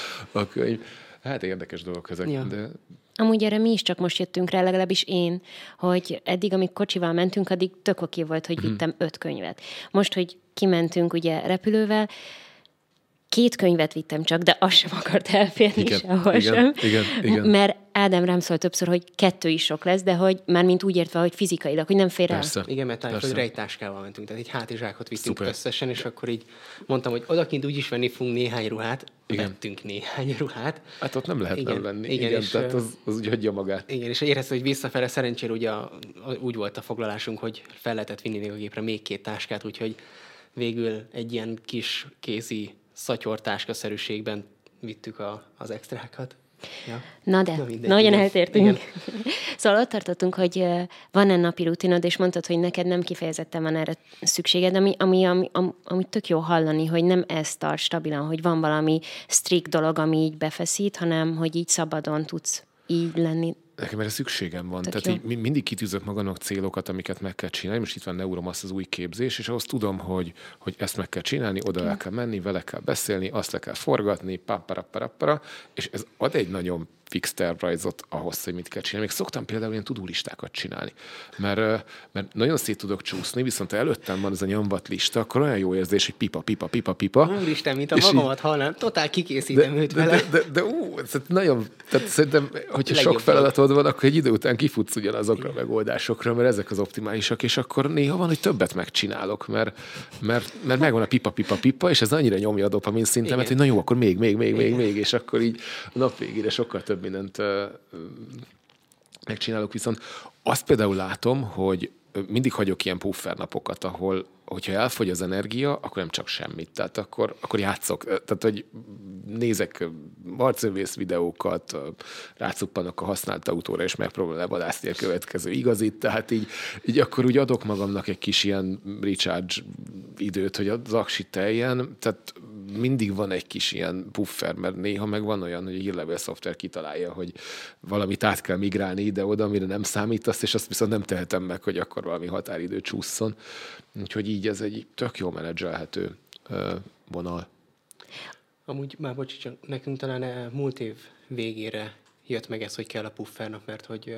a könyv. Hát érdekes dolgok ezek. Ja. De... Amúgy erre mi is csak most jöttünk rá, legalábbis én, hogy eddig, amíg kocsival mentünk, addig tök oké volt, hogy vittem 5 könyvet. Most, hogy kimentünk ugye repülővel, 2 könyvet vittem csak, de az sem akart elférni sehol sem. Igen. Mert Ádám rám szólt többször, hogy 2 is sok lesz, de hogy már mint úgy értve, hogy fizikailag, hogy nem fér el. Persze. Igen, mert tájföld rejtáskával mentünk, tehát egy hátizsákot vittünk Szuper. összesen, és akkor így mondtam, hogy odakint úgyis venni fogunk néhány ruhát, Igen. vettünk néhány ruhát. Hát ott nem lehet Igen, nem venni. igen, Igen, és, tehát az úgy hagyja magát. Igen, és éreztem, hogy visszafele szerencsére ugye úgy volt a foglalásunk, hogy fel lehetett vinni még a gépre még 2 táskát, úgyhogy végül egy ilyen kis kézi szatyortáskaszerűségben vittük az extrákat. Ja. Na de, mindegy, nagyon igen. eltértünk. Igen. Szóval ott tartottunk, hogy van-e napi rutinod, és mondtad, hogy neked nem kifejezetten van erre szükséged, ami tök jó hallani, hogy nem ez tart stabilan, hogy van valami strikt dolog, ami így befeszít, hanem hogy így szabadon tudsz így lenni. Nekem erre szükségem van. Tehát így mindig kitűzök magamnak célokat, amiket meg kell csinálni. Most itt van Neuromass, az új képzés, és ahhoz tudom, hogy ezt meg kell csinálni, oda el kell menni, vele kell beszélni, azt le kell forgatni, papparapparappara, és ez ad egy nagyon fix tervrajzot ahhoz, hogy mit kell csinálni. Még szoktam például ilyen tudulistákat csinálni, mert nagyon szét tudok csúszni, viszont előttem van ez a nyomvat lista, akkor olyan jó érzés, hogy pipa. Úristen, mint a magamat hallnám, totál kikészítem őt vele. De nagyon, tehát szerintem, hogyha sok feladatod van, akkor egy idő után kifutsz ugyanazokra a megoldásokra, mert ezek az optimálisak, és akkor néha van, hogy többet megcsinálok, mert megvan a pipa, és ez annyira nyomja a dopamin szintemet, hogy na jó, akkor még, és akkor így a nap végére sokkal több mindent megcsinálok. Viszont azt például látom, hogy mindig hagyok ilyen puffer napokat, ahol, hogyha elfogy az energia, akkor nem csak semmit. Tehát akkor játszok. Tehát, hogy nézek arcövész videókat, rácuppanok a használt autóra, és megpróbálom levadászni a következő igazit. Tehát így akkor úgy adok magamnak egy kis ilyen recharge időt, hogy az aksi teljen. Tehát mindig van egy kis ilyen puffer, mert néha meg van olyan, hogy a hírlevél szoftver kitalálja, hogy valamit át kell migrálni ide-oda, amire nem számítasz, és azt viszont nem tehetem meg, hogy akkor valami határidő csúszson. Úgyhogy így ez egy tök jól menedzselhető vonal. Amúgy, már bocsi, csak nekünk talán múlt év végére jött meg ez, hogy kell a puffernak, mert hogy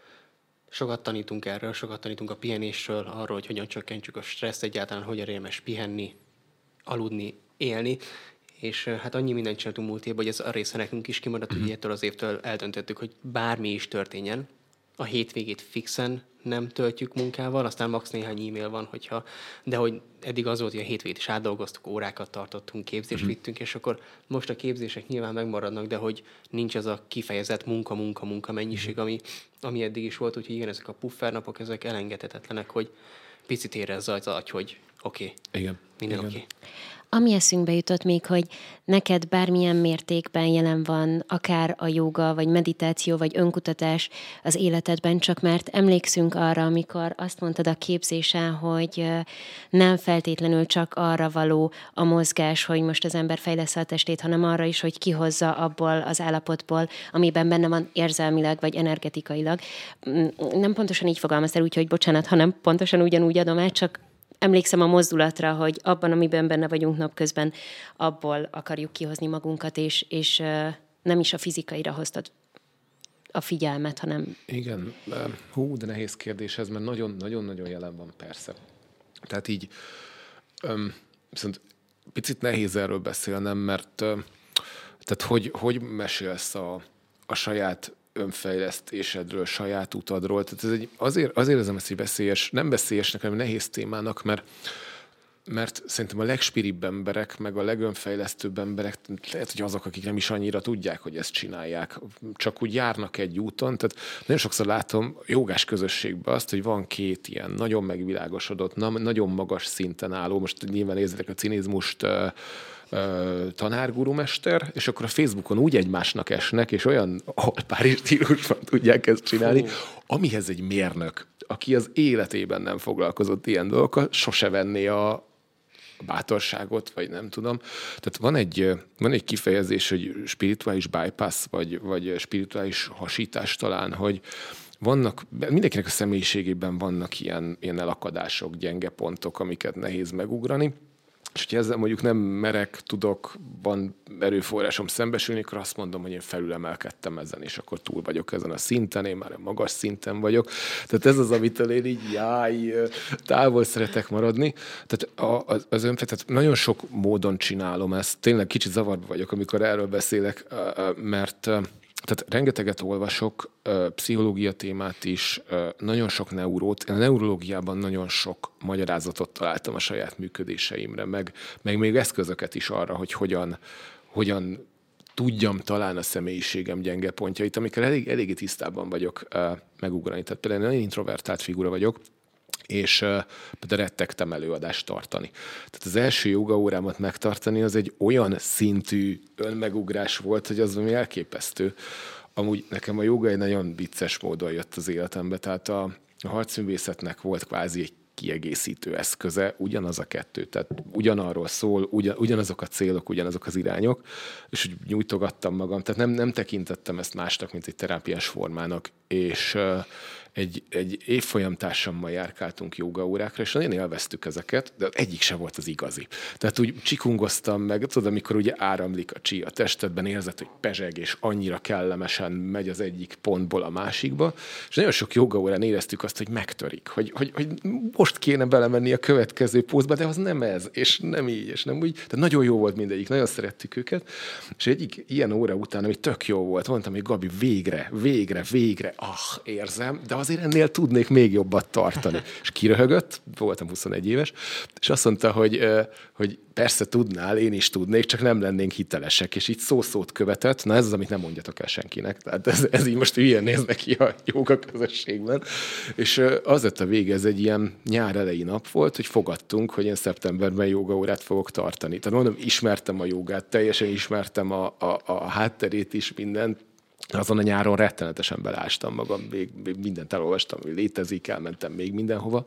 sokat tanítunk erről, sokat tanítunk a pihenésről, arról, hogy hogyan csökkentsük a stresszt, egyáltalán hogyan érdemes pihenni, aludni, élni, és hát annyi mindent csináltunk múlt évben, hogy ez a része nekünk is kimaradt, hogy ettől az évtől eldöntöttük, hogy bármi is történjen, a hétvégét fixen nem töltjük munkával, aztán max néhány e-mail van, de hogy eddig az volt, hogy a hétvégét is átdolgoztuk, órákat tartottunk, képzést vittünk, és akkor most a képzések nyilván megmaradnak, de hogy nincs az a kifejezett munka mennyiség, ami eddig is volt, úgyhogy igen, ezek a puffernapok, ezek elengedhetetlenek, hogy picit érezze az agy, hogy oké, minden oké. Ami eszünkbe jutott még, hogy neked bármilyen mértékben jelen van akár a jóga, vagy meditáció, vagy önkutatás az életedben, csak mert emlékszünk arra, amikor azt mondtad a képzésen, hogy nem feltétlenül csak arra való a mozgás, hogy most az ember fejlesz a testét, hanem arra is, hogy kihozza abból az állapotból, amiben benne van érzelmileg, vagy energetikailag. Nem pontosan így fogalmaztál, úgyhogy bocsánat, hanem pontosan ugyanúgy adom át, csak emlékszem a mozdulatra, hogy abban, amiben benne vagyunk napközben, abból akarjuk kihozni magunkat, és nem is a fizikaira hoztad a figyelmet, hanem... Igen, de nehéz kérdés ez, mert nagyon-nagyon jelen van, persze. Tehát így viszont picit nehéz erről beszélnem, mert tehát hogy mesélsz a saját önfejlesztésedről, saját utadról. Tehát ez azért érzem ezt, hogy nem veszélyesnek, hanem nehéz témának, mert szerintem a legspiribb emberek, meg a legönfejlesztőbb emberek lehet, hogy azok, akik nem is annyira tudják, hogy ezt csinálják. Csak úgy járnak egy úton. Tehát nagyon sokszor látom jogás közösségben azt, hogy van 2 ilyen nagyon megvilágosodott, nagyon magas szinten álló, most nyilván nézzétek a cinizmust, tanárgurumester, és akkor a Facebookon úgy egymásnak esnek, és olyan alpári stílusban tudják ezt csinálni, amihez egy mérnök, aki az életében nem foglalkozott ilyen dolgokkal, sose venné a bátorságot, vagy nem tudom. Tehát van egy kifejezés, hogy spirituális bypass, vagy spirituális hasítás talán, hogy mindenkinek a személyiségében vannak ilyen elakadások, gyenge pontok, amiket nehéz megugrani. És hogyha ezzel mondjuk nem van erőforrásom szembesülni, akkor azt mondom, hogy én felülemelkedtem ezen, és akkor túl vagyok ezen a szinten, én már magas szinten vagyok. Tehát ez az, amitől én így távol szeretek maradni. Tehát tehát nagyon sok módon csinálom ezt. Tényleg kicsit zavarba vagyok, amikor erről beszélek, mert Tehát rengeteget olvasok, pszichológia témát is, nagyon sok neurót. Én a neurológiában nagyon sok magyarázatot találtam a saját működéseimre, meg még eszközöket is arra, hogy hogyan tudjam talán a személyiségem gyenge pontjait, amikkel eléggé tisztában vagyok megugrani. Tehát például nagyon introvertált figura vagyok, és például rettegtem előadást tartani. Tehát az első jogaórámat megtartani az egy olyan szintű önmegugrás volt, hogy az valami elképesztő. Amúgy nekem a joga egy nagyon vicces módon jött az életembe, tehát a harcművészetnek volt kvázi egy kiegészítő eszköze, ugyanaz a kettő, tehát ugyanarról szól, ugyanazok a célok, ugyanazok az irányok, és úgy nyújtogattam magam, tehát nem tekintettem ezt másnak, mint egy terápiás formának, és egy évfolyam társammal járkáltunk jogaórákra, és nagyon élveztük ezeket, de egyik se volt az igazi. Tehát úgy csikungoztam meg, tudod, amikor ugye áramlik a csi a testedben, érzed, hogy pezseg, és annyira kellemesen megy az egyik pontból a másikba, és nagyon sok jogaórán éreztük azt, hogy megtörik, hogy most kéne belemenni a következő pózba, de az nem ez, és nem így, és nem úgy. Tehát nagyon jó volt mindegyik, nagyon szerettük őket, és egyik ilyen óra után, ami tök jó volt, mondtam, hogy Gabi, végre, érzem, de azért ennél tudnék még jobbat tartani. És kiröhögött, voltam 21 éves, és azt mondta, hogy persze tudnál, én is tudnék, csak nem lennénk hitelesek, és így szó-szót követett. Na ez az, amit nem mondjatok el senkinek. Tehát ez így most hülyén néz neki a jóga közösségben. És az lett a vége, ez egy ilyen nyár elejé nap volt, hogy fogadtunk, hogy én szeptemberben jógaórát fogok tartani. Tehát mondom, ismertem a jogát, teljesen ismertem a hátterét is, mindent. Azon a nyáron rettenetesen beleástam magam, még mindent elolvastam, hogy létezik, elmentem még mindenhova.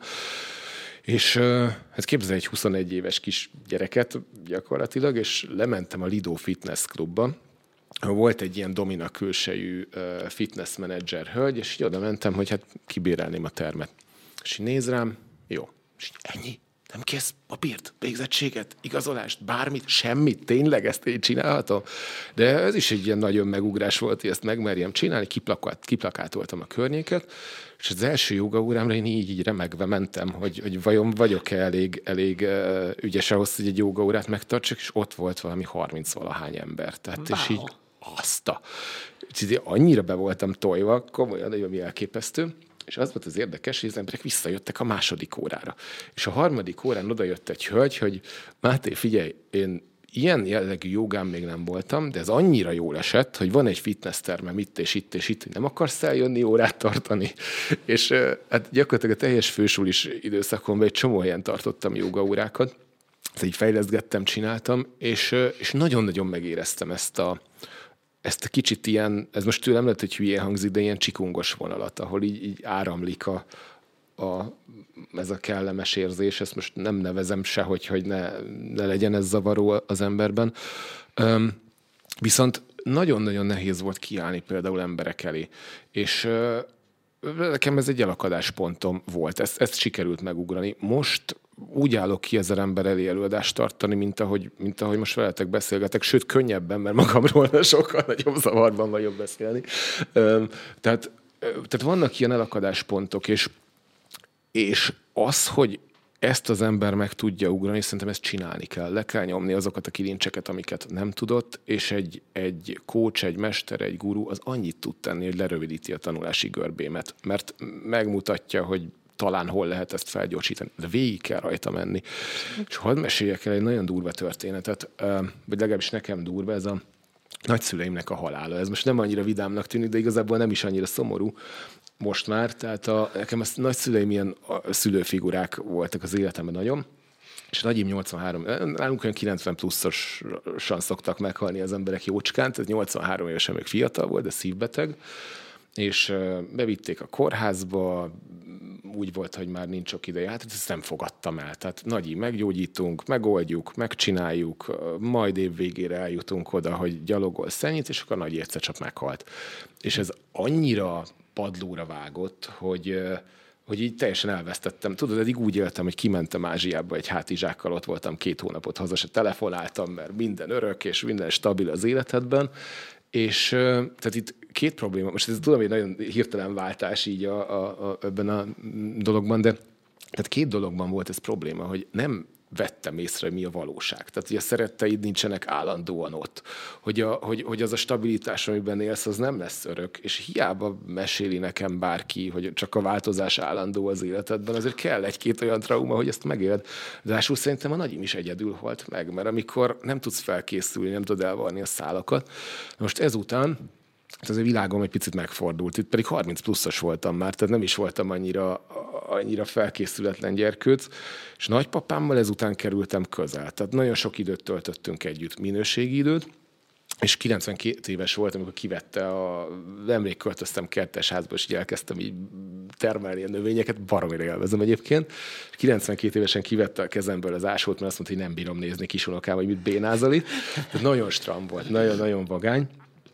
És hát képzelj egy 21 éves kis gyereket gyakorlatilag, és lementem a Lido Fitness Klubba. Volt egy ilyen Domina külsejű fitness menedzser hölgy, és így oda mentem, hogy hát kibérelném a termet. És így néz rám, jó, és így ennyi. Nem kérsz papírt, végzettséget, igazolást, bármit, semmit, tényleg ezt én csinálhatom? De ez is egy ilyen nagyon megugrás volt, hogy ezt megmerjem csinálni, kiplakátoltam a környéket, és az első jogaórámra én így remegve mentem, hogy vajon vagyok-e elég ügyes ahhoz, hogy egy jogaórát megtartsak, és ott volt valami 30-valahány ember. Tehát, wow. És így annyira be voltam tojva, komolyan, ami elképesztő. És az volt az érdekes, hogy az emberek visszajöttek a második órára. És a harmadik órán odajött egy hölgy, hogy Máté, figyelj, én ilyen jellegű jogán még nem voltam, de ez annyira jól esett, hogy van egy fitnesstermem itt és itt és itt, nem akarsz eljönni órát tartani? És hát gyakorlatilag a teljes fősulis időszakomban egy csomó helyen tartottam jogaórákat, ezt így fejleszgettem, csináltam, és nagyon-nagyon megéreztem ezt a kicsit ilyen, ez most tőlem lehet, hogy hülye hangzik, de ilyen csikungos vonalat, ahol így áramlik ez a kellemes érzés, ezt most nem nevezem se, hogy ne legyen ez zavaró az emberben. Viszont nagyon-nagyon nehéz volt kiállni például emberek elé, és nekem ez egy elakadáspontom volt, ezt sikerült megugrani. Most úgy állok ki 1000 ember elé előadást tartani, mint ahogy most veletek beszélgetek, sőt könnyebben, mert magamról sokkal nagyobb zavarban vagyok beszélni. Tehát vannak ilyen elakadáspontok, és az, hogy ezt az ember meg tudja ugrani, szerintem ezt csinálni kell. Le kell nyomni azokat a kilincseket, amiket nem tudott, és egy coach, egy mester, egy guru az annyit tud tenni, hogy lerövidíti a tanulási görbémet, mert megmutatja, hogy talán hol lehet ezt felgyorsítani, de végig kell rajta menni. És hadd meséljek el egy nagyon durva történetet, vagy legalábbis nekem durva, ez a nagyszüleimnek a halála. Ez most nem annyira vidámnak tűnik, de igazából nem is annyira szomorú most már. Tehát nekem a nagyszüleim ilyen szülőfigurák voltak az életemben nagyon, és nagyim 83, nálunk olyan 90 pluszosan szoktak meghalni az emberek jócskán, tehát 83 évesen még fiatal volt, de szívbeteg, és bevitték a kórházba, úgy volt, hogy már nincs sok ideje, hát ezt nem fogadtam el. Tehát nagyi, meggyógyítunk, megoldjuk, megcsináljuk, majd év végére eljutunk oda, hogy gyalogol szennyit, és akkor nagy egyszer csak meghalt. És ez annyira padlóra vágott, hogy így teljesen elvesztettem. Tudod, eddig úgy éltem, hogy kimentem Ázsiába egy hátizsákkal, ott voltam 2 hónapot, haza se telefonáltam, mert minden örök, és minden stabil az életedben. És tehát itt 2 probléma, most ez tudom, hogy nagyon hirtelen váltás így ebben a dologban, de tehát 2 dologban volt ez probléma, hogy nem vettem észre, mi a valóság. Tehát, hogy a szeretteid nincsenek állandóan ott. Hogy az a stabilitás, amiben élsz, az nem lesz örök, és hiába meséli nekem bárki, hogy csak a változás állandó az életedben, azért kell egy-két olyan trauma, hogy ezt megéld. De ráadásul szerintem a nagyim is egyedül halt meg, mert amikor nem tudsz felkészülni, nem tudod elvarni a szálakat. Most ezután az a világom egy picit megfordult. Itt pedig 30 pluszos voltam már, tehát nem is voltam annyira felkészületlen gyerkőc, és nagypapámmal ezután kerültem közel. Tehát nagyon sok időt töltöttünk együtt, minőségi időt, és 92 éves voltam, amikor kivette nemrég költöztem kertesházba, és így elkezdtem így termelni a növényeket, baromira élvezem egyébként. 92 évesen kivette a kezemből az ásót, mert azt mondta, hogy nem bírom nézni kisunokám, hogy mit bénázol itt. Tehát nagyon stram volt, nagyon-nagyon vagány.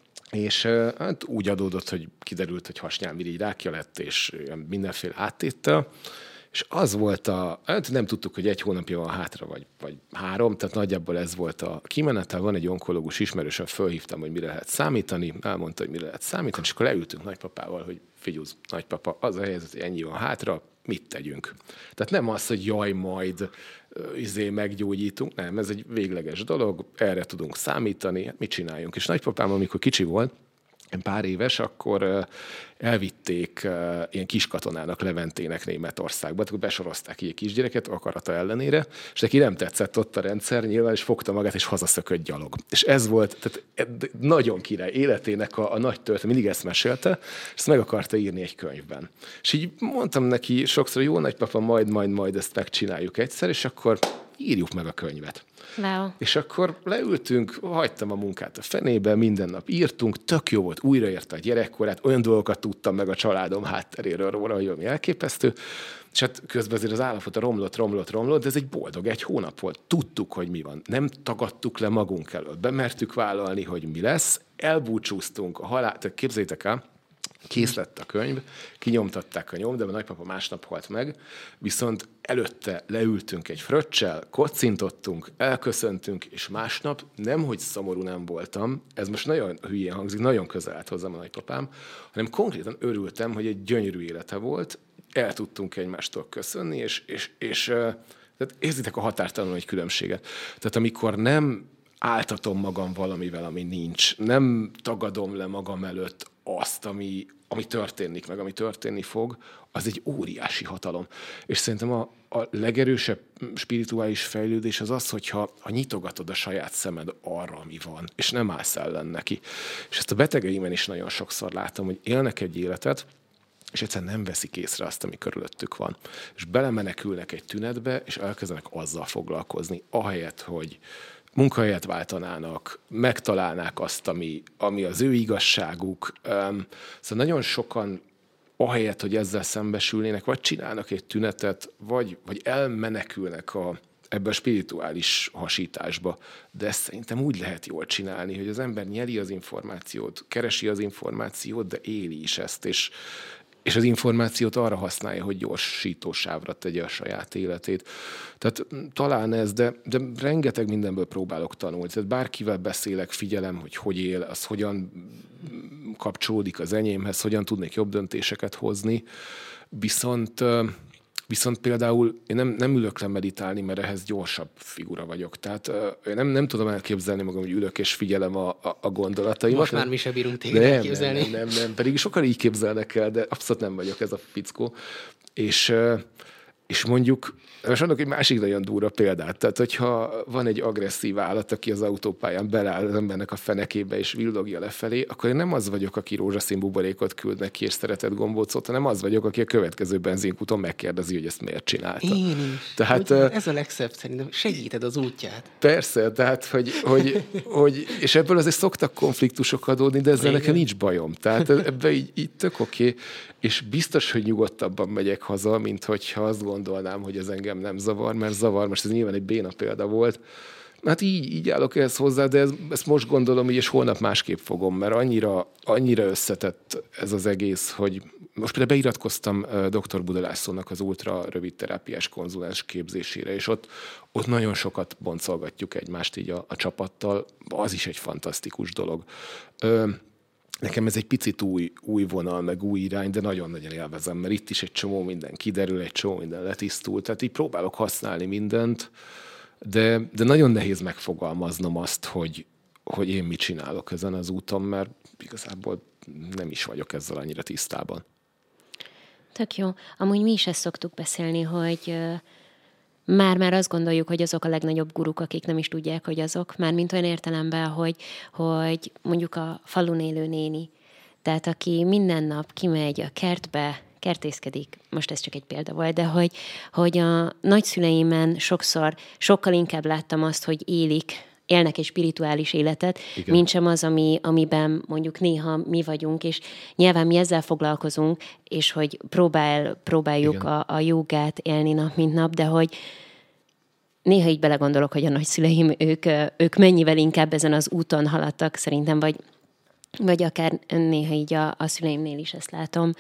És hát úgy adódott, hogy kiderült, hogy hasnyálmirigy rákja lett, és mindenféle áttéttel. És az volt hát nem tudtuk, hogy 1 hónapja van hátra, vagy 3, tehát nagyjából ez volt a kimenetel. Van egy onkológus ismerősöm, fölhívtam, hogy mire lehet számítani, elmondta, hogy mire lehet számítani, és akkor leültünk nagypapával, hogy figyelj, nagypapa, az a helyzet, hogy ennyi van hátra, mit tegyünk? Tehát nem az, hogy jaj, majd meggyógyítunk, nem, ez egy végleges dolog, erre tudunk számítani, mit csináljunk? És nagypapám, amikor kicsi volt, pár éves, akkor elvitték ilyen kiskatonának, Leventének Németországba, akkor besorozták így egy kisgyereket akarata ellenére, és neki nem tetszett ott a rendszer nyilván, és fogta magát, és hazaszökött gyalog. És ez volt tehát nagyon király életének a nagy történet, mindig ezt mesélte, és ezt meg akarta írni egy könyvben. És így mondtam neki sokszor, jó nagypapa, majd ezt megcsináljuk egyszer, és akkor írjuk meg a könyvet. Wow. És akkor leültünk, hagytam a munkát a fenébe, minden nap írtunk, tök jó volt, újraérte a gyerekkorát, olyan dolgokat tudtam meg a családom hátteréről róla, hogy ami elképesztő, és hát közben azért az állapota romlott, de ez egy boldog 1 hónap volt. Tudtuk, hogy mi van. Nem tagadtuk le magunk elől. Bemertük vállalni, hogy mi lesz, elbúcsúztunk a halál, tehát képzeljétek el, kész lett a könyv, kinyomtatták a nyomdában, a nagypapa másnap halt meg, viszont előtte leültünk egy fröccsel, kocintottunk, elköszöntünk, és másnap nemhogy szomorú nem voltam, ez most nagyon hülyén hangzik, nagyon közel állt hozzám a nagypapám, hanem konkrétan örültem, hogy egy gyönyörű élete volt, el tudtunk egymástól köszönni, és tehát érzitek a határtalanul egy különbséget. Tehát amikor nem áltatom magam valamivel, ami nincs, nem tagadom le magam előtt azt, ami történik, meg ami történni fog, az egy óriási hatalom. És szerintem a legerősebb spirituális fejlődés az, hogyha nyitogatod a saját szemed arra, ami van, és nem állsz ellen neki. És ezt a betegeimen is nagyon sokszor látom, hogy élnek egy életet, és egyszerűen nem veszik észre azt, ami körülöttük van. És belemenekülnek egy tünetbe, és elkezdenek azzal foglalkozni, ahelyett, hogy munkahelyet váltanának, megtalálnák azt, ami az ő igazságuk. Szóval nagyon sokan ahelyett, hogy ezzel szembesülnének, vagy csinálnak egy tünetet, vagy elmenekülnek ebbe a spirituális hasításba. De ezt szerintem úgy lehet jól csinálni, hogy az ember nyeli az információt, keresi az információt, de éli is ezt, és az információt arra használja, hogy gyorsítósávra tegye a saját életét. Tehát talán ez, de rengeteg mindenből próbálok tanulni. Tehát bárkivel beszélek, figyelem, hogy él, az hogyan kapcsolódik az enyémhez, hogyan tudnék jobb döntéseket hozni. Viszont például én nem ülök le meditálni, mert ehhez gyorsabb figura vagyok. Tehát én nem tudom elképzelni magam, hogy ülök és figyelem a gondolataimat. Most már mi se bírunk téged elképzelni. Nem, pedig sokan így képzelnek el, de abszolút nem vagyok ez a fickó. És mondjuk, most adok egy másik nagyon durva példát. Tehát, hogyha van egy agresszív állat, aki az autópályán beleáll az embernek a fenekébe és villogja lefelé, akkor én nem az vagyok, aki rózsaszín buborékot küld neki és szeretett gombócot, hanem az vagyok, aki a következő benzinkúton megkérdezi, hogy ezt miért csinálta. Én is. Tehát, ez a legszebb szerintem. Segíted az útját. Persze, tehát, hogy és ebből azért szoktak konfliktusok adódni, de ezzel nekem nincs bajom. Tehát ebben így tök oké. És biztos, hogy nyugodtabban megyek haza, mint hogyha azt gondolnám, hogy ez engem nem zavar, mert zavar, most ez nyilván egy béna példa volt. Hát így állok ehhez hozzá, de ezt most gondolom így, és holnap másképp fogom, mert annyira összetett ez az egész, hogy most például beiratkoztam dr. Budalászlónak az ultra rövid terápiás konzulens képzésére, és ott nagyon sokat boncolgatjuk egymást így a csapattal, az is egy fantasztikus dolog. Nekem ez egy picit új vonal, meg új irány, de nagyon-nagyon élvezem, mert itt is egy csomó minden kiderül, egy csomó minden letisztul, tehát így próbálok használni mindent, de nagyon nehéz megfogalmaznom azt, hogy én mit csinálok ezen az úton, mert igazából nem is vagyok ezzel annyira tisztában. Tök jó. Amúgy mi is ezt szoktuk beszélni, hogy már azt gondoljuk, hogy azok a legnagyobb guruk, akik nem is tudják, hogy azok. Mármint olyan értelemben, hogy mondjuk a falun élő néni. Tehát aki minden nap kimegy a kertbe, kertészkedik, most ez csak egy példa volt, de hogy a nagyszüleimen sokkal inkább láttam azt, hogy élnek egy spirituális életet, igen, mint sem az, amiben mondjuk néha mi vagyunk, és nyilván mi ezzel foglalkozunk, és hogy próbáljuk a jogát élni nap, mint nap, de hogy néha így belegondolok, hogy a nagyszüleim, ők mennyivel inkább ezen az úton haladtak szerintem, vagy akár néha így a szüleimnél is ezt látom.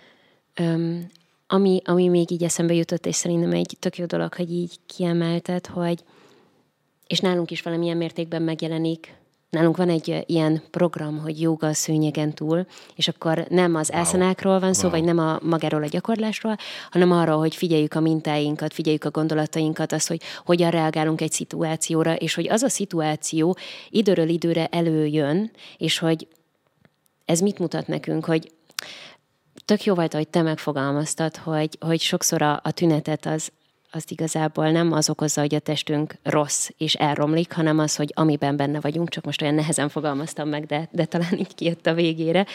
Ami még így eszembe jutott, és szerintem egy tök jó dolog, hogy így kiemelted, hogy és nálunk is valamilyen mértékben megjelenik. Nálunk van egy ilyen program, hogy jóga a szőnyegen túl, és akkor nem az ászanákról van szó, vagy nem magáról a gyakorlásról, hanem arról, hogy figyeljük a mintáinkat, figyeljük a gondolatainkat, azt, hogy hogyan reagálunk egy szituációra, és hogy az a szituáció időről időre előjön, és hogy ez mit mutat nekünk, hogy tök jó volt, hogy te megfogalmaztad, hogy sokszor a tünetet azt igazából nem az okozza, hogy a testünk rossz és elromlik, hanem az, hogy amiben benne vagyunk, csak most olyan nehezen fogalmaztam meg, de talán így kijött a végére.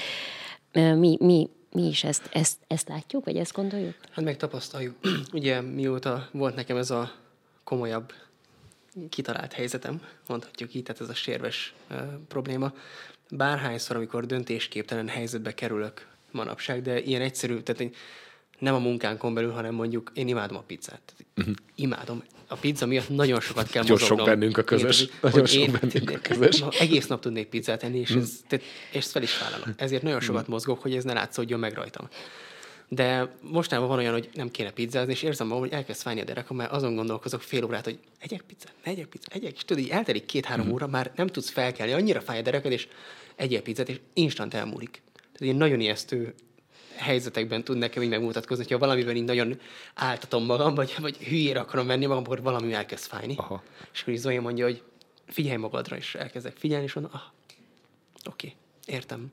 Mi is ezt látjuk, vagy ezt gondoljuk? Hát megtapasztaljuk. Ugye mióta volt nekem ez a komolyabb kitalált helyzetem, mondhatjuk így, tehát ez a sérves probléma. Bárhányszor, amikor döntésképtelen helyzetbe kerülök manapság, de ilyen egyszerű, tehát nem a munkánkon belül, hanem mondjuk én imádom a pizzát. Imádom. A pizza miatt nagyon sokat kell mozognom. Nagyon sok bennünk a közös. Nagyon sok bennünk a közös. Egész nap tudnék pizzát enni, és ezt fel is vállalom. Ezért nagyon sokat mozgok, hogy ez ne látszódjon meg rajtam. De mostanában van olyan, hogy nem kéne pizzázni, és érzem magam, hogy elkezd fájni a derekom, mert azon gondolkozok fél órát, hogy egyek pizzát, és tudod, így eltelik 2-3 óra, már nem tudsz felkelni, annyira fáj a dereked, és egyél pizzát, és instant elmúlik. Tehát ilyen nagyon ijesztő helyzetekben tud nekem így megmutatkozni, hogyha valamiben így nagyon áltatom magam, vagy hülyére akarom venni magam, akkor valami elkezd fájni. Aha. És akkor Zoe mondja, hogy figyelj magadra, és elkezdek figyelni, és mondom, oké, értem.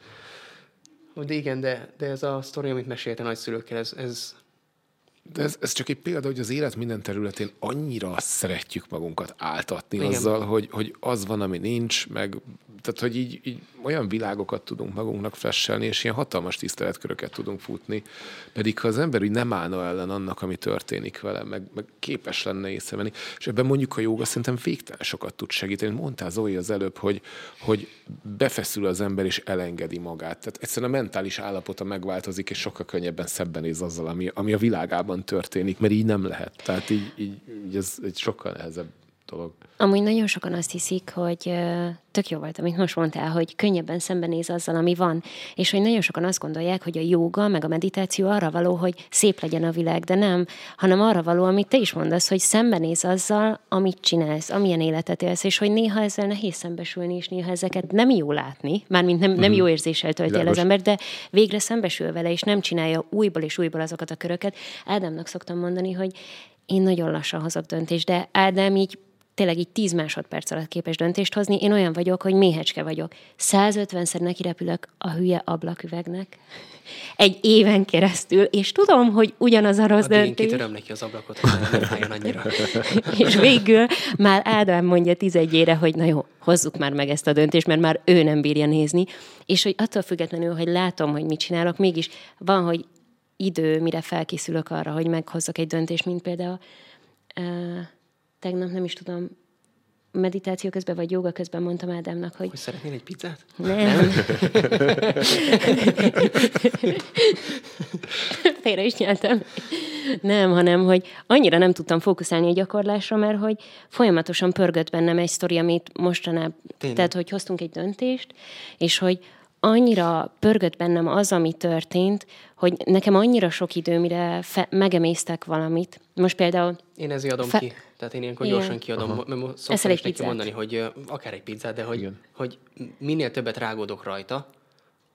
De igen, de ez a sztori, amit mesélte nagyszülőkkel, ez... De ez csak egy példa, hogy az élet minden területén annyira szeretjük magunkat áltatni, igen, azzal, hogy az van, ami nincs, meg tehát, hogy így olyan világokat tudunk magunknak fresselni, és ilyen hatalmas tiszteletköröket tudunk futni. Pedig ha az ember úgy nem állna ellen annak, ami történik vele, meg képes lenne észrevenni, és ebben mondjuk a jóga szerintem végtelen sokat tud segíteni. Mondtál, Zoe, az előbb, hogy befeszül az ember, és elengedi magát. Tehát egyszerűen a mentális állapota megváltozik, és sokkal könnyebben szembenéz azzal, ami a világában történik, mert így nem lehet. Tehát így ez egy sokkal nehezebb dolog. Amúgy nagyon sokan azt hiszik, hogy tök jó volt, amit most mondtál, hogy könnyebben szembenéz azzal, ami van, és hogy nagyon sokan azt gondolják, hogy a jóga meg a meditáció arra való, hogy szép legyen a világ, de nem, hanem arra való, amit te is mondasz, hogy szembenéz azzal, amit csinálsz, amilyen életet élsz, és hogy néha ezzel nehéz szembesülni, és néha ezeket nem jó látni, mármint nem jó érzéssel tölti el az ember, de végre szembesül vele, és nem csinálja újból és újból azokat a köröket. Ádámnak szoktam mondani, hogy én nagyon lassan hozok döntést, de Ádám így tényleg így 10 másodperc alatt képes döntést hozni. Én olyan vagyok, hogy méhecske vagyok. 150-szer nekirepülök a hülye ablaküvegnek egy éven keresztül, és tudom, hogy ugyanaz a rossz döntés. Én kitöröm neki az ablakot, hogy nem fájjon annyira. És végül már Ádám mondja 11-ére, hogy na jó, hozzuk már meg ezt a döntést, mert már ő nem bírja nézni. És hogy attól függetlenül, hogy látom, hogy mit csinálok, mégis van, hogy idő, mire felkészülök arra, hogy meghozzak egy döntést, mint például tegnap nem is tudom, meditáció közben vagy jóga közben mondtam Ádámnak, hogy... Hogy szeretnél egy pizzát? Nem. Félre is nyeltem. Nem, hanem, hogy annyira nem tudtam fókuszálni a gyakorlásra, mert hogy folyamatosan pörgött bennem egy sztori, amit mostanában... Tehát, hogy hoztunk egy döntést, és hogy annyira pörgött bennem az, ami történt, hogy nekem annyira sok idő, mire megemésztek valamit. Most például... Én ezért adom ki. Tehát én ilyenkor gyorsan kiadom. Szoktam is neki mondani, hogy akár egy pizzát, de hogy minél többet rágódok rajta,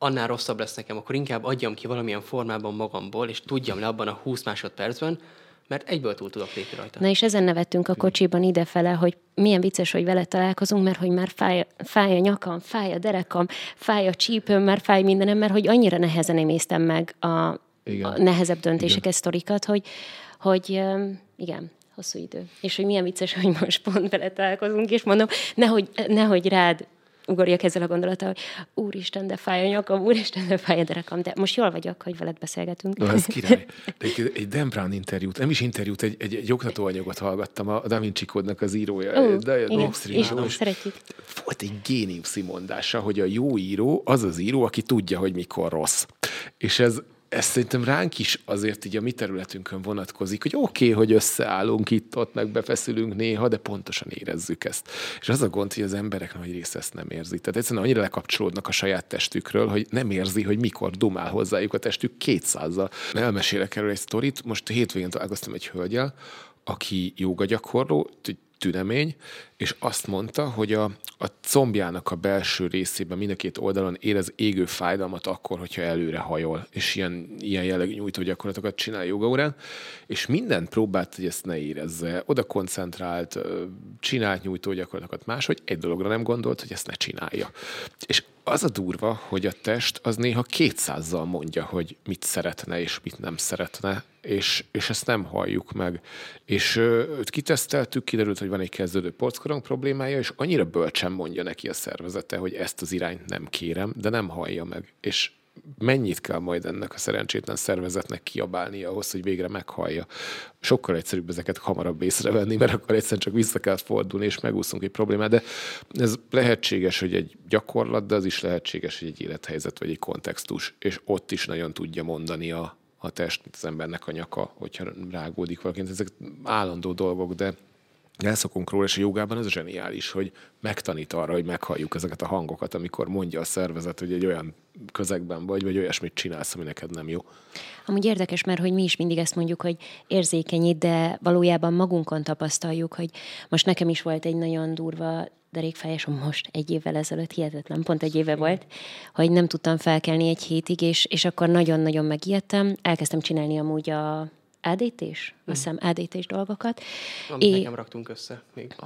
annál rosszabb lesz nekem, akkor inkább adjam ki valamilyen formában magamból, és tudjam le abban a 20 másodpercben, mert egyből túl tudok lépni rajta. Na és ezen nevettünk a kocsiban idefele, hogy milyen vicces, hogy vele találkozunk, mert hogy már fáj a nyakam, fáj a derekam, fáj a csípőm, már fáj mindenem, mert hogy annyira nehezen emésztem meg a nehezebb döntéseket, sztorikat, hogy igen, hosszú idő. És hogy milyen vicces, hogy most pont vele találkozunk, és mondom, nehogy rád ugorjak ezzel a gondolattal, hogy úristen, de fáj a nyakam, úristen, de fáj a derekam, de most jól vagyok, hogy veled beszélgetünk. Na, ez király. De egy Dan Brown interjút, nem is interjút, egy oktatóanyagot hallgattam, a Da Vinci Code-nak az írója. Igen, szeretjük. Volt egy géniuszi mondása, hogy a jó író az író, aki tudja, hogy mikor rossz. És ez szerintem ránk is azért így a mi területünkön vonatkozik, hogy oké, hogy összeállunk itt-ott, meg befeszülünk néha, de pontosan érezzük ezt. És az a gond, hogy az emberek nagy része ezt nem érzi. Tehát egyszerűen annyira lekapcsolódnak a saját testükről, hogy nem érzi, hogy mikor dumál hozzájuk a testük 200-zal. Elmesélek erről egy sztorit. Most hétvégén találkoztam egy hölgyel, aki jóga gyakorló, tünemény, és azt mondta, hogy a combjának a belső részében mind a két oldalon érez égő fájdalmat akkor, hogyha előre hajol, és ilyen jellegű nyújtó gyakorlatokat csinál jogaórán, és mindent próbált, hogy ezt ne érezze. Oda koncentrált, csinált nyújtó gyakorlatokat máshogy, egy dologra nem gondolt, hogy ezt ne csinálja. És az a durva, hogy a test az néha 200-zal mondja, hogy mit szeretne és mit nem szeretne, és ezt nem halljuk meg. És kiteszteltük, kiderült, hogy van egy kezdődő porckorong problémája, és annyira bölcsen mondja neki a szervezete, hogy ezt az irányt nem kérem, de nem hallja meg. És mennyit kell majd ennek a szerencsétlen szervezetnek kiabálnia ahhoz, hogy végre meghallja. Sokkal egyszerűbb ezeket hamarabb észrevenni, mert akkor egyszerűen csak vissza kell fordulni, és megúszunk egy problémát, de ez lehetséges, hogy egy gyakorlat, de az is lehetséges, hogy egy élethelyzet vagy egy kontextus, és ott is nagyon tudja mondani a test, mint az embernek a nyaka, hogyha rágódik valakinek. Ezek állandó dolgok, de elszokunk róla, és a jogában ez zseniális, hogy megtanít arra, hogy meghalljuk ezeket a hangokat, amikor mondja a szervezet, hogy egy olyan közegben vagy olyasmit csinálsz, ami neked nem jó. Amúgy érdekes, mert hogy mi is mindig ezt mondjuk, hogy érzékenyít, de valójában magunkon tapasztaljuk, hogy most nekem is volt egy nagyon durva derékfájásom most 1 évvel ezelőtt, hihetetlen, pont 1 éve volt, hogy nem tudtam felkelni 1 hétig, és akkor nagyon-nagyon megijedtem. Elkezdtem csinálni amúgy a ADT-s, azt hiszem ADT-s dolgokat. Amit nekem raktunk össze még.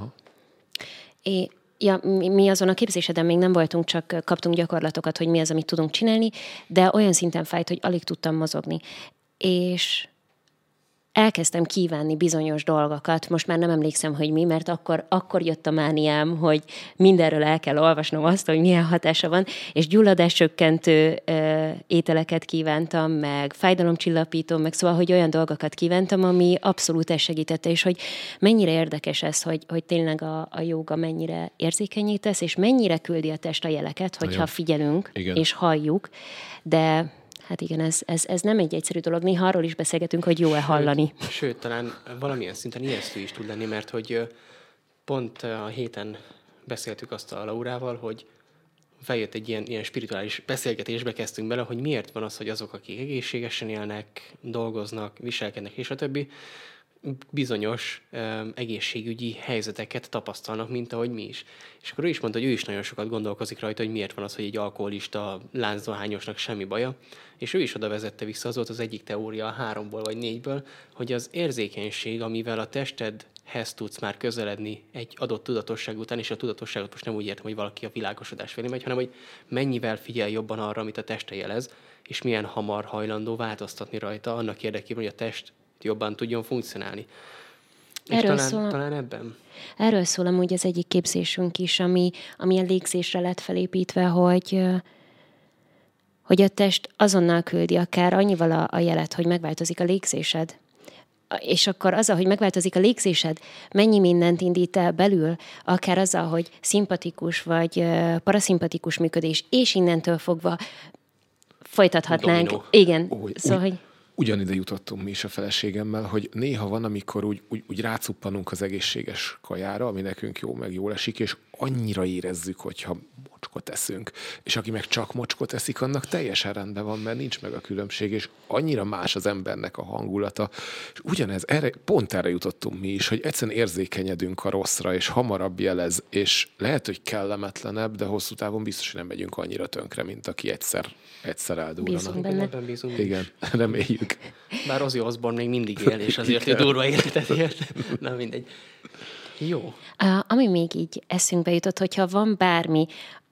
Mi azon a képzéseden még nem voltunk, csak kaptunk gyakorlatokat, hogy mi az, amit tudunk csinálni, de olyan szinten fájt, hogy alig tudtam mozogni. És elkezdtem kívánni bizonyos dolgokat, most már nem emlékszem, hogy mi, mert akkor jött a mániám, hogy mindenről el kell olvasnom azt, hogy milyen hatása van, és gyulladáscsökkentő ételeket kívántam, meg fájdalomcsillapító, meg szóval, hogy olyan dolgokat kívántam, ami abszolút ezt segítette, és hogy mennyire érdekes ez, hogy tényleg a jóga mennyire érzékenyítesz, és mennyire küldi a test a jeleket, hogyha figyelünk, és halljuk, de hát igen, ez nem egy egyszerű dolog. Néha arról is beszélgetünk, hogy jó-e hallani. Sőt, talán valamilyen szinten ijesztő is tud lenni, mert hogy pont a héten beszéltük azt a Laurával, hogy feljött egy ilyen spirituális beszélgetésbe kezdtünk bele, hogy miért van az, hogy azok, akik egészségesen élnek, dolgoznak, viselkednek és a többi, bizonyos egészségügyi helyzeteket tapasztalnak, mint ahogy mi is. És akkor ő is mondta, hogy ő is nagyon sokat gondolkozik rajta, hogy miért van az, hogy egy alkoholista láncdohányosnak semmi baja, és ő is oda vezette vissza, az volt az egyik teória a 3-ból vagy 4-ből, hogy az érzékenység, amivel a testedhez tudsz már közeledni egy adott tudatosság után, és a tudatosságot most nem úgy értem, hogy valaki a világosodás felé megy, hanem hogy mennyivel figyel jobban arra, amit a teste jelez, és milyen hamar hajlandó változtatni rajta annak érdekében, hogy a test jobban tudjon funkcionálni. Erről és talán ebben. Erről szól amúgy az egyik képzésünk is, ami a légzésre lett felépítve, hogy a test azonnal küldi akár annyival a jelet, hogy megváltozik a légzésed. És akkor azzal, hogy megváltozik a légzésed, mennyi mindent indít el belül, akár azzal, hogy szimpatikus vagy paraszimpatikus működés, és innentől fogva folytathatnánk. Dominó. Igen. Szóval, hogy ugyanide jutottunk mi is a feleségemmel, hogy néha van, amikor úgy rácuppanunk az egészséges kajára, ami nekünk jó, meg jól esik, és annyira érezzük, hogyha mocskot eszünk. És aki meg csak mocskot eszik, annak teljesen rendben van, mert nincs meg a különbség, és annyira más az embernek a hangulata. És ugyanez, pont erre jutottunk mi is, hogy egyszerűen érzékenyedünk a rosszra, és hamarabb jelez, és lehet, hogy kellemetlenebb, de hosszú távon biztos, hogy nem megyünk annyira tönkre, mint aki egyszer eldurrana. Bízunk benne. Ebben bízunk. Igen, reméljük. Bár Ozzy Osbourne még mindig él, és azért ő durva életet élt. Na mindegy. Jó. Ami még így eszünkbe jutott, hogyha van bármi,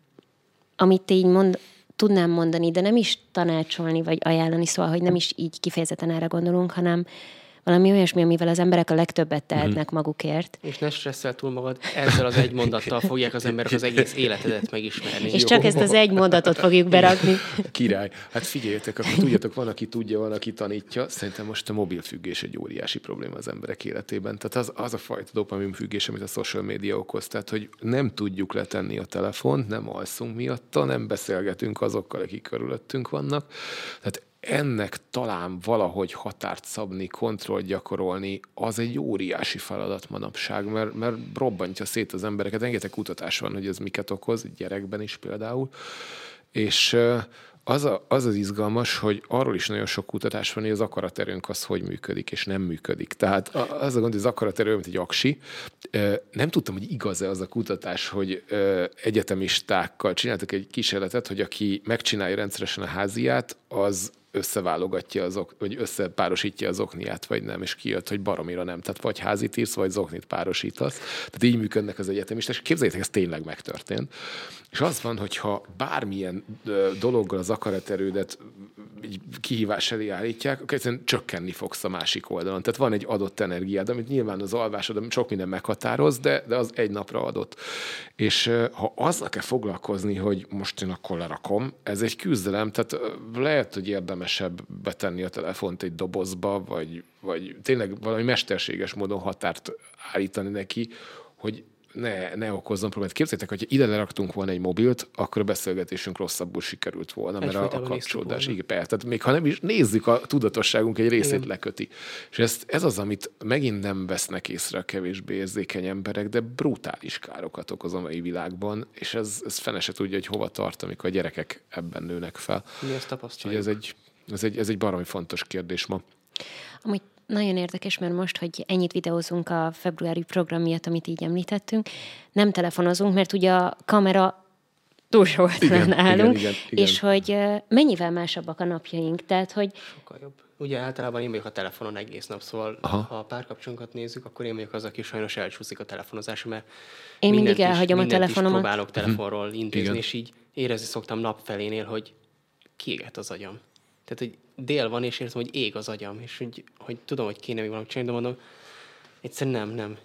amit így tudnám mondani, de nem is tanácsolni, vagy ajánlani, szóval, hogy nem is így kifejezetten erre gondolunk, hanem valami olyasmi, amivel az emberek a legtöbbet tehetnek magukért. És ne stresszel túl magad, ezzel az egy mondattal fogják az emberek az egész életedet megismerni. És csak ezt az egy mondatot fogjuk berakni. Király. Hát figyeljetek, akkor tudjátok, van, aki tudja, van, aki tanítja. Szerintem most a mobilfüggés egy óriási probléma az emberek életében. Tehát az a fajta dopaminfüggés, amit a social media okoz. Tehát, hogy nem tudjuk letenni a telefont, nem alszunk miatta, nem beszélgetünk azokkal, akik körülöttünk vannak. Tehát ennek talán valahogy határt szabni, kontrollt gyakorolni, az egy óriási feladat manapság, mert robbantja szét az embereket. Rengeteg kutatás van, hogy ez miket okoz, gyerekben is például. És az izgalmas, hogy arról is nagyon sok kutatás van, hogy az akaraterőnk az hogy működik, és nem működik. Tehát az a gond, hogy az akaraterő, mint egy aksi. Nem tudtam, hogy igaz-e az a kutatás, hogy egyetemistákkal csináltak egy kísérletet, hogy aki megcsinálja rendszeresen a háziát, az összeválogatja vagy összepárosítja az okniát, vagy nem, és kijött, hogy baromira nem. Tehát vagy házit írsz, vagy zoknit párosítasz. Tehát így működnek az egyetemisták, és képzeljétek, ez tényleg megtörtént. És az van, hogyha bármilyen dologgal az akaraterődet kihívás elé állítják, akkor egyszerűen csökkenni fogsz a másik oldalon. Tehát van egy adott energiád, amit nyilván az alvásod sok minden meghatároz, de az egy napra adott. És ha azzal kell foglalkozni, hogy most én akkor lerakom, ez egy küzdelem, tehát lehet, hogy érdemesebb betenni a telefont egy dobozba, vagy tényleg valami mesterséges módon határt állítani neki, hogy ne okozzon problémát. Képzeljétek, hogyha ide leraktunk volna egy mobilt, akkor a beszélgetésünk rosszabbul sikerült volna, mert a kapcsolódás. Igen, persze. Tehát még ha nem is nézzük, a tudatosságunk egy részét leköti. És ez az, amit megint nem vesznek észre a kevésbé érzékeny emberek, de brutális károkat okoz a mai világban, és ez fene se tudja, hogy hova tart, amikor a gyerekek ebben nőnek fel. Mi ezt tapasztaljuk? Ez egy baromi fontos kérdés ma. Amúgy nagyon érdekes, mert most, hogy ennyit videózunk a februári program miatt, amit így említettünk, nem telefonozunk, mert ugye a kamera túlsó oldalán állunk, igen. És hogy mennyivel másabbak a napjaink. Tehát, hogy... Sokkal jobb. Ugye általában én vagyok a telefonon egész nap, szóval ha a párkapcsolunkat nézzük, akkor én vagyok az, aki sajnos elcsúszik a telefonozása, mert én mindig elhagyom a telefonomat. Próbálok telefonról intézni, és így érezni szoktam nap felénél, hogy kiégett az agyam. Tehát, hogy dél van, és érzem, hogy ég az agyam, és hogy tudom, hogy kéne még valamit csinálni, de mondom, egyszerűen nem.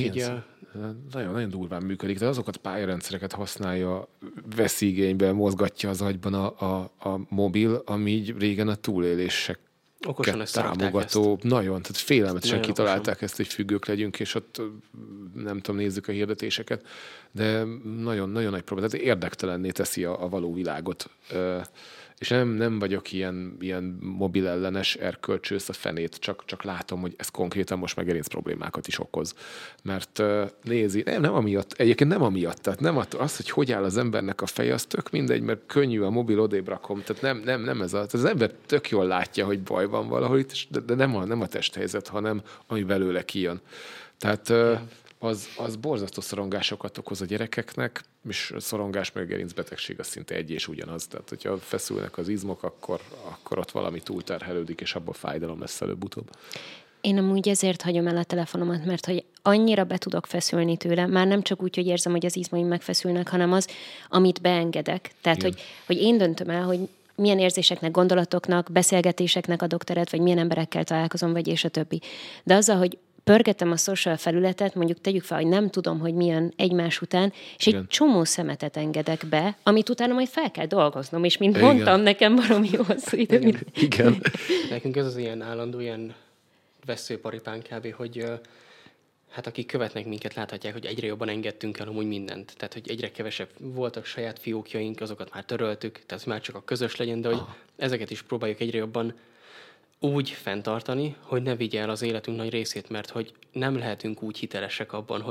Nagyon durván működik, de azokat a pályarendszereket használja, veszi igénybe, mozgatja az agyban a mobil, ami így régen a túlélések támogató. Nagyon, tehát félelmetesen kitalálták ezt, hogy függők legyünk, és ott nem tudom, nézzük a hirdetéseket, de nagyon, nagyon nagy probléma. Tehát érdektelenné teszi a való világot. És nem vagyok ilyen mobilellenes erkölcsősz a fenét, csak látom, hogy ez konkrétan most meg gerinc problémákat is okoz. Mert nézi, nem amiatt, egyébként nem amiatt, tehát nem az, hogy áll az embernek a feje, az tök mindegy, mert könnyű a mobil, odébb rakom, tehát nem ez tehát az ember tök jól látja, hogy baj van valahol, de nem a testhelyzet, hanem ami belőle kijön. Tehát az borzasztó szorongásokat okoz a gyerekeknek, és a szorongás meg a gerincbetegség az szinte egy és ugyanaz. Tehát, hogyha feszülnek az izmok, akkor ott valami túlterhelődik, és abból fájdalom lesz előbb-utóbb. Én amúgy ezért hagyom el a telefonomat, mert hogy annyira be tudok feszülni tőle, már nem csak úgy, hogy érzem, hogy az izmaim megfeszülnek, hanem az, amit beengedek. Tehát, hogy én döntöm el, hogy milyen érzéseknek, gondolatoknak, beszélgetéseknek adok teret, vagy milyen emberekkel találkozom, vagy és a többi. De azzal, hogy pörgetem a social felületet, mondjuk tegyük fel, hogy nem tudom, hogy milyen egymás után, és egy csomó szemetet engedek be, amit utána majd fel kell dolgoznom, és mint mondtam, nekem baromi hosszú idő. Igen. Nekünk ez az ilyen állandó, ilyen veszőparipán kb., hogy hát akik követnek minket, láthatják, hogy egyre jobban engedtünk el amúgy mindent. Tehát, hogy egyre kevesebb voltak saját fiókjaink, azokat már töröltük, tehát már csak a közös legyen, de hogy ezeket is próbáljuk egyre jobban úgy fenntartani, hogy ne vigye el az életünk nagy részét, mert hogy nem lehetünk úgy hitelesek abban, hogy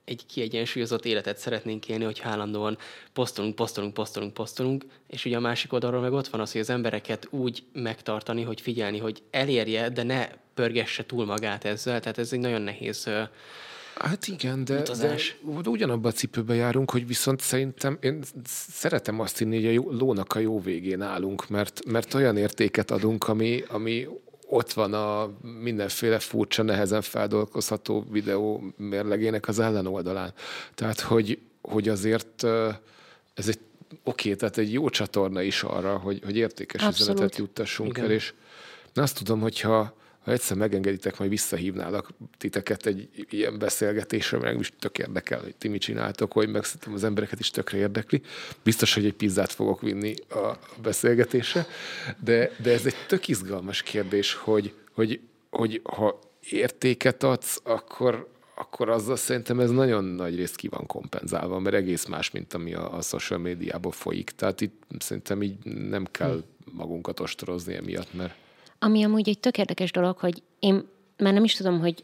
egy kiegyensúlyozott életet szeretnénk élni, hogy állandóan posztolunk, és ugye a másik oldalról meg ott van az, hogy az embereket úgy megtartani, hogy figyelni, hogy elérje, de ne pörgesse túl magát ezzel, tehát ez egy nagyon nehéz Hát igen, de utazás. ugyanabban a cipőben járunk, hogy viszont szerintem én szeretem azt hinni, hogy a lónak a jó végén állunk, mert olyan értéket adunk, ami ott van a mindenféle furcsa, nehezen feldolgozható videó mérlegének az ellenoldalán. Tehát, hogy azért ez egy tehát egy jó csatorna is arra, hogy értékes üzenetet juttassunk el, és azt tudom, hogyha egyszer megengeditek, majd visszahívnálak titeket egy ilyen beszélgetésre, mert is tök érdekel, hogy ti mit csináltok, hogy meg szerintem az embereket is tökre érdekli. Biztos, hogy egy pizzát fogok vinni a beszélgetésre, de ez egy tök izgalmas kérdés, hogy ha értéket adsz, akkor azzal szerintem ez nagyon nagy részt ki van kompenzálva, mert egész más, mint ami a social médiából folyik. Tehát itt szerintem így nem kell magunkat ostorozni emiatt, mert ami amúgy egy tök érdekes dolog, hogy én már nem is tudom, hogy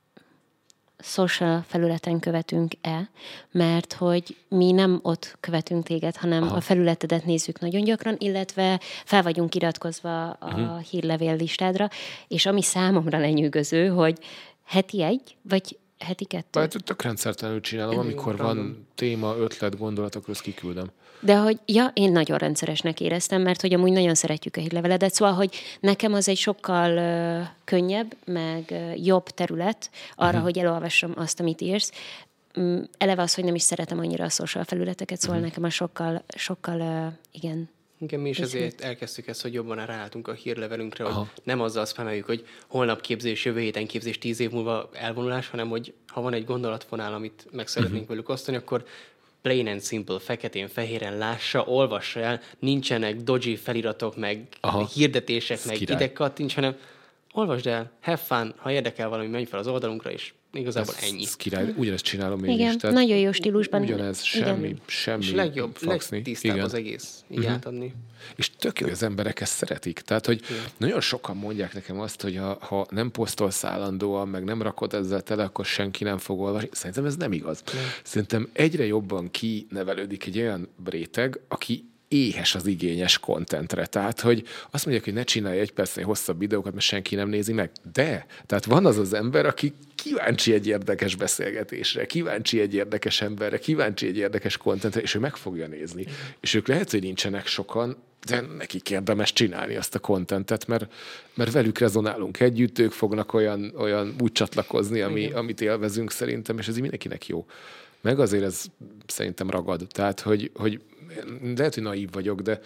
social felületen követünk-e, mert hogy mi nem ott követünk téged, hanem a felületedet nézzük nagyon gyakran, illetve fel vagyunk iratkozva a hírlevél listádra, és ami számomra lenyűgöző, hogy heti egy, vagy heti kettő? Hát tök rendszertelenül csinálom, amikor van téma, ötlet, gondolat, akkor ezt kiküldöm. De hogy, én nagyon rendszeresnek éreztem, mert hogy amúgy nagyon szeretjük a hírleveledet, szóval, hogy nekem az egy sokkal könnyebb, meg jobb terület arra, hogy elolvassam azt, amit írsz. Eleve az, hogy nem is szeretem annyira a social felületeket, szóval nekem a sokkal, igen. Igen, mi is ezért elkezdtük ezt, hogy jobban ráálltunk a hírlevelünkre, hogy nem azzal spameljük, hogy holnap képzés, jövő héten képzés, 10 év múlva elvonulás, hanem hogy ha van egy gondolatfonál, amit meg szeretnénk velük osztani, akkor plain and simple, feketén-fehéren lássa, olvassa el, nincsenek dodgy feliratok, meg hirdetések, meg ide kattints, hanem olvasd el, have fun, ha érdekel valami, menj fel az oldalunkra, és igazából ennyi. Ez király, ugyanezt csinálom én igen, is. Tehát nagyon jó stílusban. Ugyanez, semmi és legjobb, legtisztább az egész, így átadni. És tök jó, hogy az emberek ezt szeretik. Tehát, hogy nagyon sokan mondják nekem azt, hogy ha nem posztolsz állandóan, meg nem rakod ezzel tele, akkor senki nem fog olvasni. Szerintem ez nem igaz. Szerintem egyre jobban kinevelődik egy olyan réteg, aki éhes az igényes kontentre. Tehát, hogy azt mondják, hogy ne csinálj egy percnél hosszabb videókat, mert senki nem nézi meg. De, tehát van az az ember, aki kíváncsi egy érdekes beszélgetésre, kíváncsi egy érdekes emberre, kíváncsi egy érdekes kontentre, és ő meg fogja nézni. És ők lehet, hogy nincsenek sokan, de nekik érdemes csinálni azt a kontentet, mert velük rezonálunk együtt, ők fognak olyan úgy csatlakozni, amit élvezünk szerintem, és ez így mindenkinek jó. Meg azért ez szerintem ragad. Tehát, hogy lehet, hogy naív vagyok, de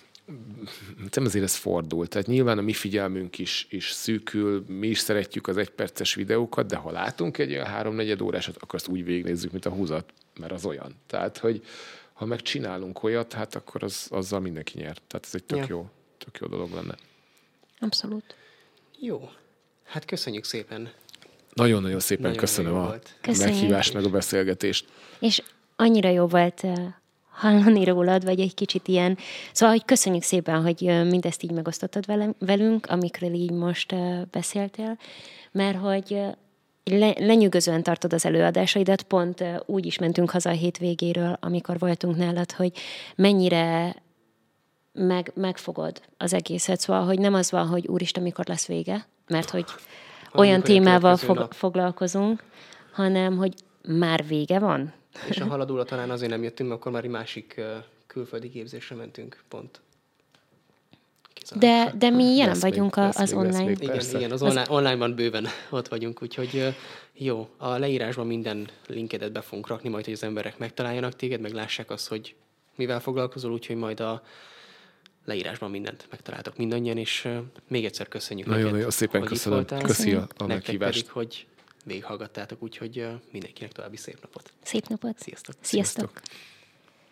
nem azért ez fordul. Tehát nyilván a mi figyelmünk is szűkül, mi is szeretjük az egyperces videókat, de ha látunk egy olyan 3-4 órásat, akkor azt úgy végignézzük, mint a húzat, mert az olyan. Tehát, hogy ha megcsinálunk olyat, hát akkor azzal mindenki nyer. Tehát ez egy tök jó dolog lenne. Abszolút. Jó. Hát köszönjük szépen. Nagyon-nagyon szépen köszönöm a meghívást, meg a beszélgetést. És annyira jó volt hallani rólad, vagy egy kicsit ilyen. Szóval, hogy köszönjük szépen, hogy mindezt így megosztottad velünk, amikről így most beszéltél, mert hogy lenyűgözően tartod az előadásaidat, pont úgy is mentünk haza a hétvégéről, amikor voltunk nálad, hogy mennyire megfogod az egészet. Szóval, hogy nem az van, hogy úristen, mikor lesz vége, mert hogy olyan témával foglalkozunk, hanem, hogy már vége van. És a haladóra talán azért nem jöttünk, mert akkor már egy másik külföldi képzésre mentünk pont. De mi jelen vagyunk az online. Igen, az online-ban bőven ott vagyunk, úgyhogy jó, a leírásban minden linkedet be fogunk rakni, majd hogy az emberek megtaláljanak téged, meg lássák azt, hogy mivel foglalkozol, úgyhogy majd a leírásban mindent megtaláltok mindannyian, és még egyszer köszönjük neked. Nagyon szépen köszönöm. Köszi a meghívást. Pedig, hogy végighallgattátok, úgyhogy mindenkinek további szép napot. Szép napot. Sziasztok. Sziasztok.